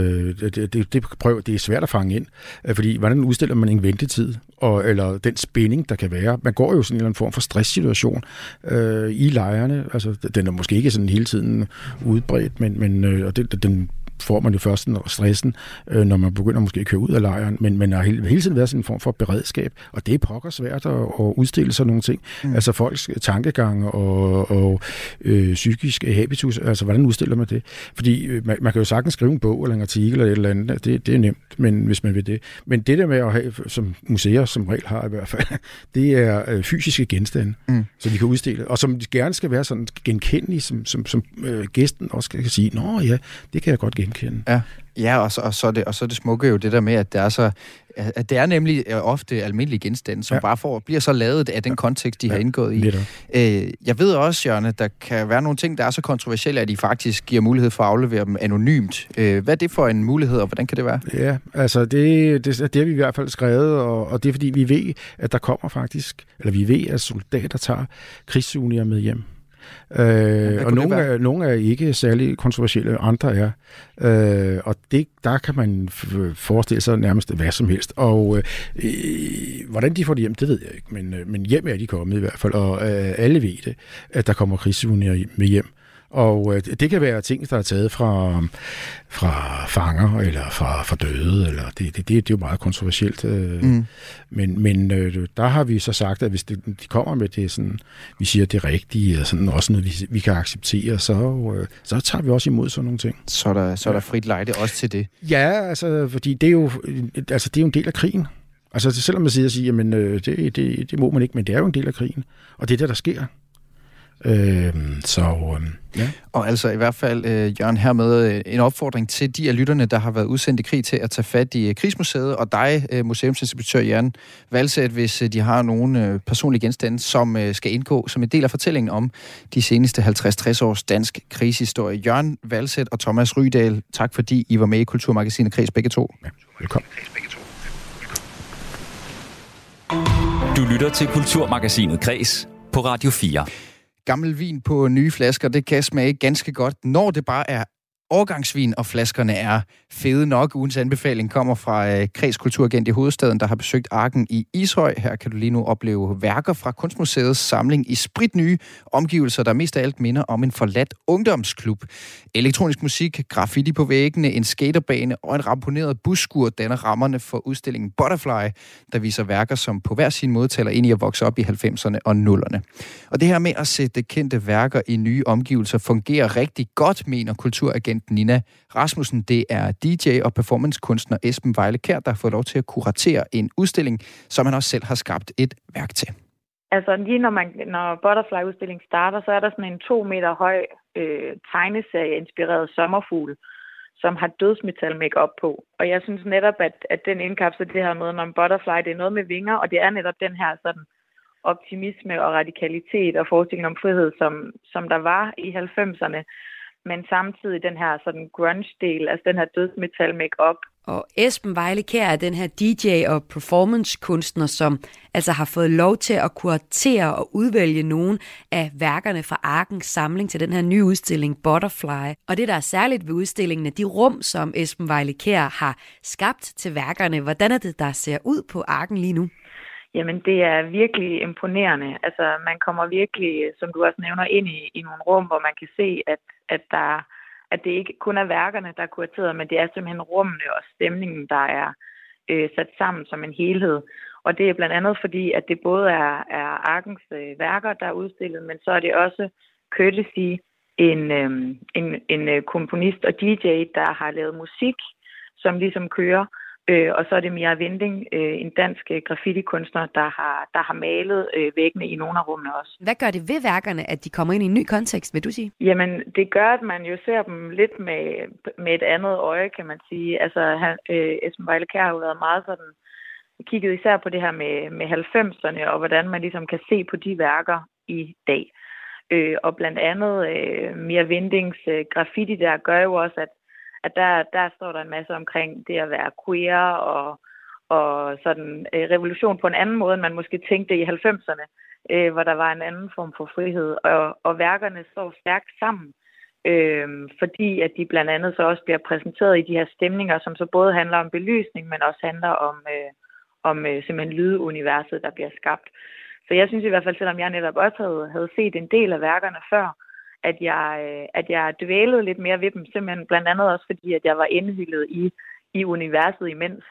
Det er svært at fange ind, fordi hvordan udstiller man en ventetid, eller den spænding, der kan være? Man går jo sådan en eller anden form for stresssituation i lejrene, altså den er måske ikke sådan hele tiden udbredt, men den får man jo først stressen, når man begynder måske at køre ud af lejren, men man har hele tiden været sådan en form for beredskab, og det er pokker svært at udstille sådan nogle ting. Altså folks tankegang og psykisk habitus, altså hvordan udstiller man det? Fordi man kan jo sagtens skrive en bog eller en artikel eller et eller andet, det er nemt, men hvis man vil det. Men det der med at have, som museer som regel har i hvert fald, det er fysiske genstande, så vi kan udstille, og som gerne skal være sådan genkendelige, som gæsten også kan sige, nå ja, det kan jeg godt genkende. Ja, og så er det smukke jo det der med, at det er nemlig ofte almindelige genstande, som bare bliver så lavet af den kontekst, de har indgået i. Jeg ved også, Jørgen, at der kan være nogle ting, der er så kontroversielle, at de faktisk giver mulighed for at aflevere dem anonymt. Hvad er det for en mulighed, og hvordan kan det være? Ja, altså det har vi i hvert fald skrevet, og det er fordi, vi ved, at der kommer faktisk, eller vi ved, at soldater tager krigssouvenirer med hjem. Og nogle er ikke særlig kontroversielle, andre er. Og der kan man forestille sig nærmest hvad som helst. Og hvordan de får det hjem, det ved jeg ikke. Men hjem er de kommet i hvert fald, og alle ved det, at der kommer krigssouvenirer med hjem. Og det kan være ting, der er taget fra fanger, eller fra døde, eller det er jo meget kontroversielt. Men der har vi så sagt, at hvis de kommer med det, sådan, vi siger det rigtige, og sådan også noget, vi kan acceptere, så tager vi også imod sådan nogle ting. Så er der frit lejde også til det? Ja, altså, fordi det er jo en del af krigen. Altså, selvom man siger, jamen, det må man ikke, men det er jo en del af krigen. Og det er der sker. Ja. Og altså i hvert fald, Jørgen, hermed en opfordring til de af lytterne, der har været udsendt i krig, til at tage fat i Krigsmuseet, og dig, museumsinspektør Jørgen Hvalseth, hvis de har nogle personlige genstande, som skal indgå som en del af fortællingen om de seneste 50-60 års dansk krigshistorie. Jørgen Hvalseth og Thomas Rydahl, tak fordi I var med i Kulturmagasinet Kreds begge to. Ja, velkommen. Du lytter til Kulturmagasinet Kreds på Radio 4. Gammel vin på nye flasker, det kan smage ganske godt, når det bare er årgangsvin, og flaskerne er fede nok. Ugens anbefaling kommer fra Kreds Kulturagent i hovedstaden, der har besøgt Arken i Ishøj. Her kan du lige nu opleve værker fra Kunstmuseets samling i spritnye omgivelser, der mest af alt minder om en forladt ungdomsklub. Elektronisk musik, graffiti på væggene, en skaterbane og en ramponeret busskur danner rammerne for udstillingen Butterfly, der viser værker, som på hver sin måde taler ind i at vokse op i 90'erne og 0'erne. Og det her med at sætte kendte værker i nye omgivelser fungerer rigtig godt, mener kulturagent Nina Rasmussen. Det er DJ og performancekunstner Esben Vejle Kjær, der har fået lov til at kuratere en udstilling, som han også selv har skabt et værk til. Altså lige når Butterfly-udstillingen starter, så er der sådan en 2 meter høj tegneserie-inspireret sommerfugl, som har dødsmetal make-up på. Og jeg synes netop, at den indkapsler det her med, når en butterfly, det er noget med vinger, og det er netop den her sådan optimisme og radikalitet og forestilling om frihed, som der var i 90'erne. Men samtidig den her sådan grunge-del, altså den her dødsmetal make-up. Og Esben Vejle Kjær er den her DJ og performancekunstner, som altså har fået lov til at kuratere og udvælge nogle af værkerne fra Arkens samling til den her nye udstilling Butterfly. Og det, der er særligt ved udstillingen, er de rum, som Esben Vejle Kjær har skabt til værkerne. Hvordan er det, der ser ud på Arken lige nu? Jamen, det er virkelig imponerende. Altså, man kommer virkelig, som du også nævner, ind i nogle rum, hvor man kan se, at det ikke kun er værkerne, der er kurateret, men det er simpelthen rummene og stemningen, der er sat sammen som en helhed. Og det er blandt andet fordi, at det både er Arkens værker, der er udstillet, men så er det også courtesy en komponist og DJ, der har lavet musik, som ligesom kører. Og så er det Mia Winding, en dansk graffiti-kunstner, der har malet væggene i nogle af rummene også. Hvad gør det ved værkerne, at de kommer ind i en ny kontekst, vil du sige? Jamen, det gør, at man jo ser dem lidt med et andet øje, kan man sige. Altså, Esben Vejle Kjær har jo været meget sådan, kigget især på det her med 90'erne, og hvordan man ligesom kan se på de værker i dag. Og blandt andet Mia Windings graffiti der gør jo også, at der står der en masse omkring det at være queer og sådan revolution på en anden måde, end man måske tænkte i 90'erne, hvor der var en anden form for frihed. Og værkerne står stærkt sammen, fordi at de blandt andet så også bliver præsenteret i de her stemninger, som så både handler om belysning, men også handler om simpelthen lyduniverset, der bliver skabt. Så jeg synes i hvert fald, selvom jeg netop også havde set en del af værkerne før, at jeg dvælede lidt mere ved dem, simpelthen blandt andet også fordi, at jeg var indhyllet i universet imens,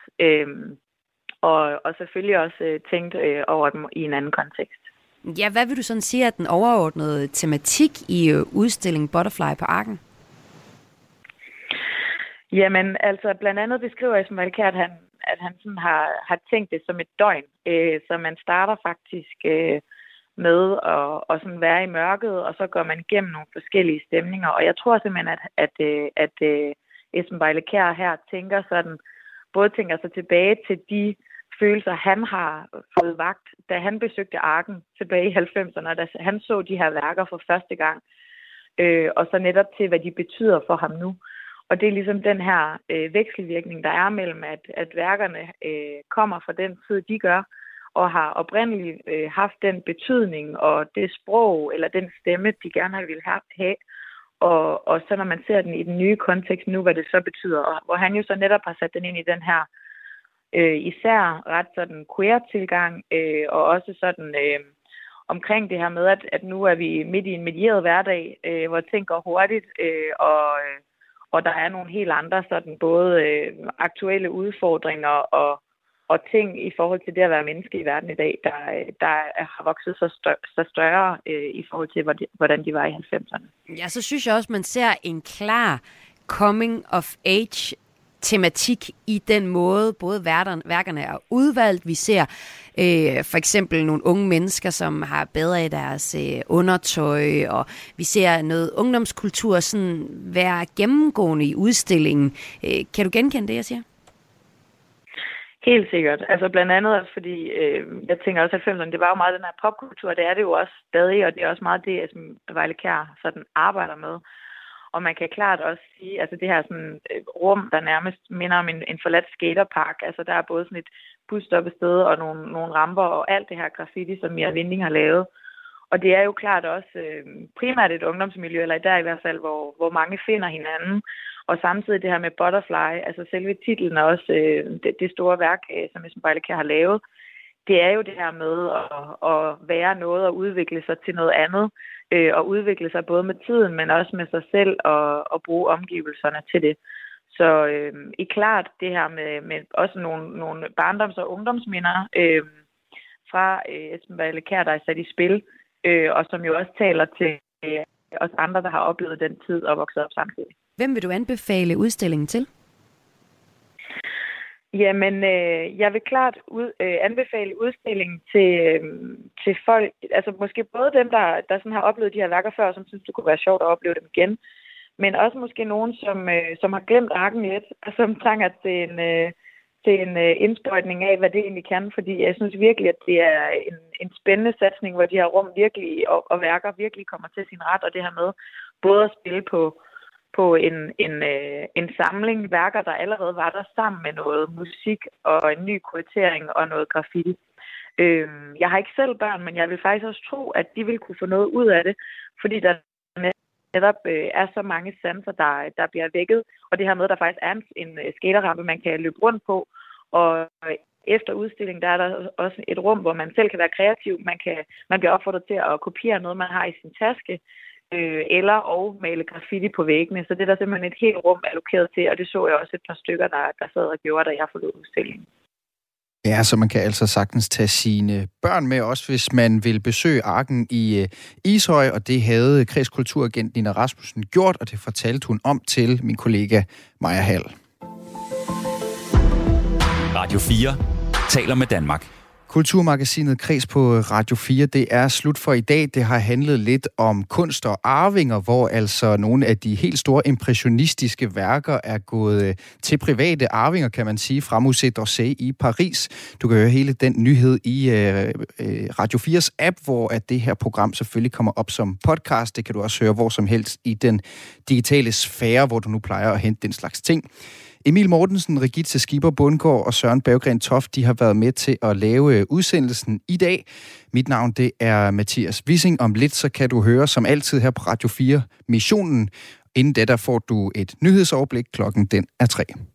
og selvfølgelig også tænkt over dem i en anden kontekst. Ja, hvad vil du sådan sige er den overordnede tematik i udstillingen Butterfly på Arken? Jamen, altså blandt andet beskriver Esben Vejle Kjær, at han sådan har tænkt det som et døgn, så man starter faktisk med at sådan være i mørket, og så går man igennem nogle forskellige stemninger. Og jeg tror simpelthen, at Esben Vejle Kjær her tænker sig tilbage til de følelser, han har fået vagt, da han besøgte Arken tilbage i 90'erne, da han så de her værker for første gang, og så netop til, hvad de betyder for ham nu. Og det er ligesom den her vekselvirkning, der er mellem, at værkerne kommer fra den tid, de gør, og har oprindeligt haft den betydning og det sprog eller den stemme, de gerne vil have. Og så når man ser den i den nye kontekst nu, hvad det så betyder, og hvor han jo så netop har sat den ind i den her især ret sådan queer-tilgang, og også sådan omkring det her med, at nu er vi midt i en medieret hverdag, hvor ting går hurtigt, og der er nogle helt andre sådan både aktuelle udfordringer og ting i forhold til det at være menneske i verden i dag, der har vokset så større i forhold til, hvordan de var i 90'erne. Ja, så synes jeg også, man ser en klar coming of age tematik i den måde, både værkerne er udvalgt. Vi ser for eksempel nogle unge mennesker, som har bedre i deres undertøj, og vi ser noget ungdomskultur sådan være gennemgående i udstillingen. Kan du genkende det, jeg siger? Helt sikkert. Altså blandt andet også fordi, jeg tænker også, at 90'erne, det var jo meget den her popkultur, det er det jo også stadig, og det er også meget det, som Vejle Kjær sådan arbejder med. Og man kan klart også sige, altså det her sådan rum, der nærmest minder om en forladt skaterpark. Altså der er både sådan et busstoppested og nogle ramper og alt det her graffiti, som Mia Winding har lavet. Og det er jo klart også primært et ungdomsmiljø, eller der i hvert fald, hvor mange finder hinanden. Og samtidig det her med Butterfly, altså selve titlen og også det store værk, som Esben Vejle Kjær har lavet, det er jo det her med at være noget og udvikle sig til noget andet. Og udvikle sig både med tiden, men også med sig selv og bruge omgivelserne til det. Så i klart det her med også nogle barndoms- og ungdomsminder fra Esben Vejle Kjær, der er sat i spil, og som jo også taler til os andre, der har oplevet den tid og vokset op samtidig. Hvem vil du anbefale udstillingen til? Jamen, jeg vil klart anbefale udstillingen til folk, altså måske både dem, der sådan har oplevet de her værker før, som synes, det kunne være sjovt at opleve dem igen, men også måske nogen, som har glemt Arken lidt, og som trænger en indsprøjtning af, hvad det egentlig kan, fordi jeg synes virkelig, at det er en spændende satsning, hvor de her rum virkelig og værker virkelig kommer til sin ret, og det her med både at spille på en samling værker, der allerede var der, sammen med noget musik og en ny kuratering og noget graffiti. Jeg har ikke selv børn, men jeg vil faktisk også tro, at de vil kunne få noget ud af det, fordi der netop er så mange sanser, der bliver vækket, og det her med, at der faktisk er en skaterrampe, man kan løbe rundt på, og efter udstillingen, der er der også et rum, hvor man selv kan være kreativ, man bliver opfordret til at kopiere noget, man har i sin taske, eller og male graffiti på væggene, så det er der simpelthen et helt rum allokeret til, og det så jeg også et par stykker, der sad og gjorde, da jeg forlod udstillingen. Ja, så man kan altså sagtens tage sine børn med, også hvis man vil besøge Arken i Ishøj, og det havde kredskulturagent Nina Rasmussen gjort, og det fortalte hun om til min kollega Maja Hall. Radio 4 taler med Danmark. Kulturmagasinet Kreds på Radio 4, det er slut for i dag. Det har handlet lidt om kunst og arvinger, hvor altså nogle af de helt store impressionistiske værker er gået til private arvinger, kan man sige, fra Musée d'Orsay i Paris. Du kan høre hele den nyhed i Radio 4's app, hvor at det her program selvfølgelig kommer op som podcast. Det kan du også høre hvor som helst i den digitale sfære, hvor du nu plejer at hente den slags ting. Emil Mortensen, Regitze Skipper Bundgaard og Søren Berggren Toft, de har været med til at lave udsendelsen i dag. Mit navn, det er Mathias Wissing. Om lidt, så kan du høre, som altid her på Radio 4, Missionen. Inden da, der får du et nyhedsoverblik. Klokken den er 3.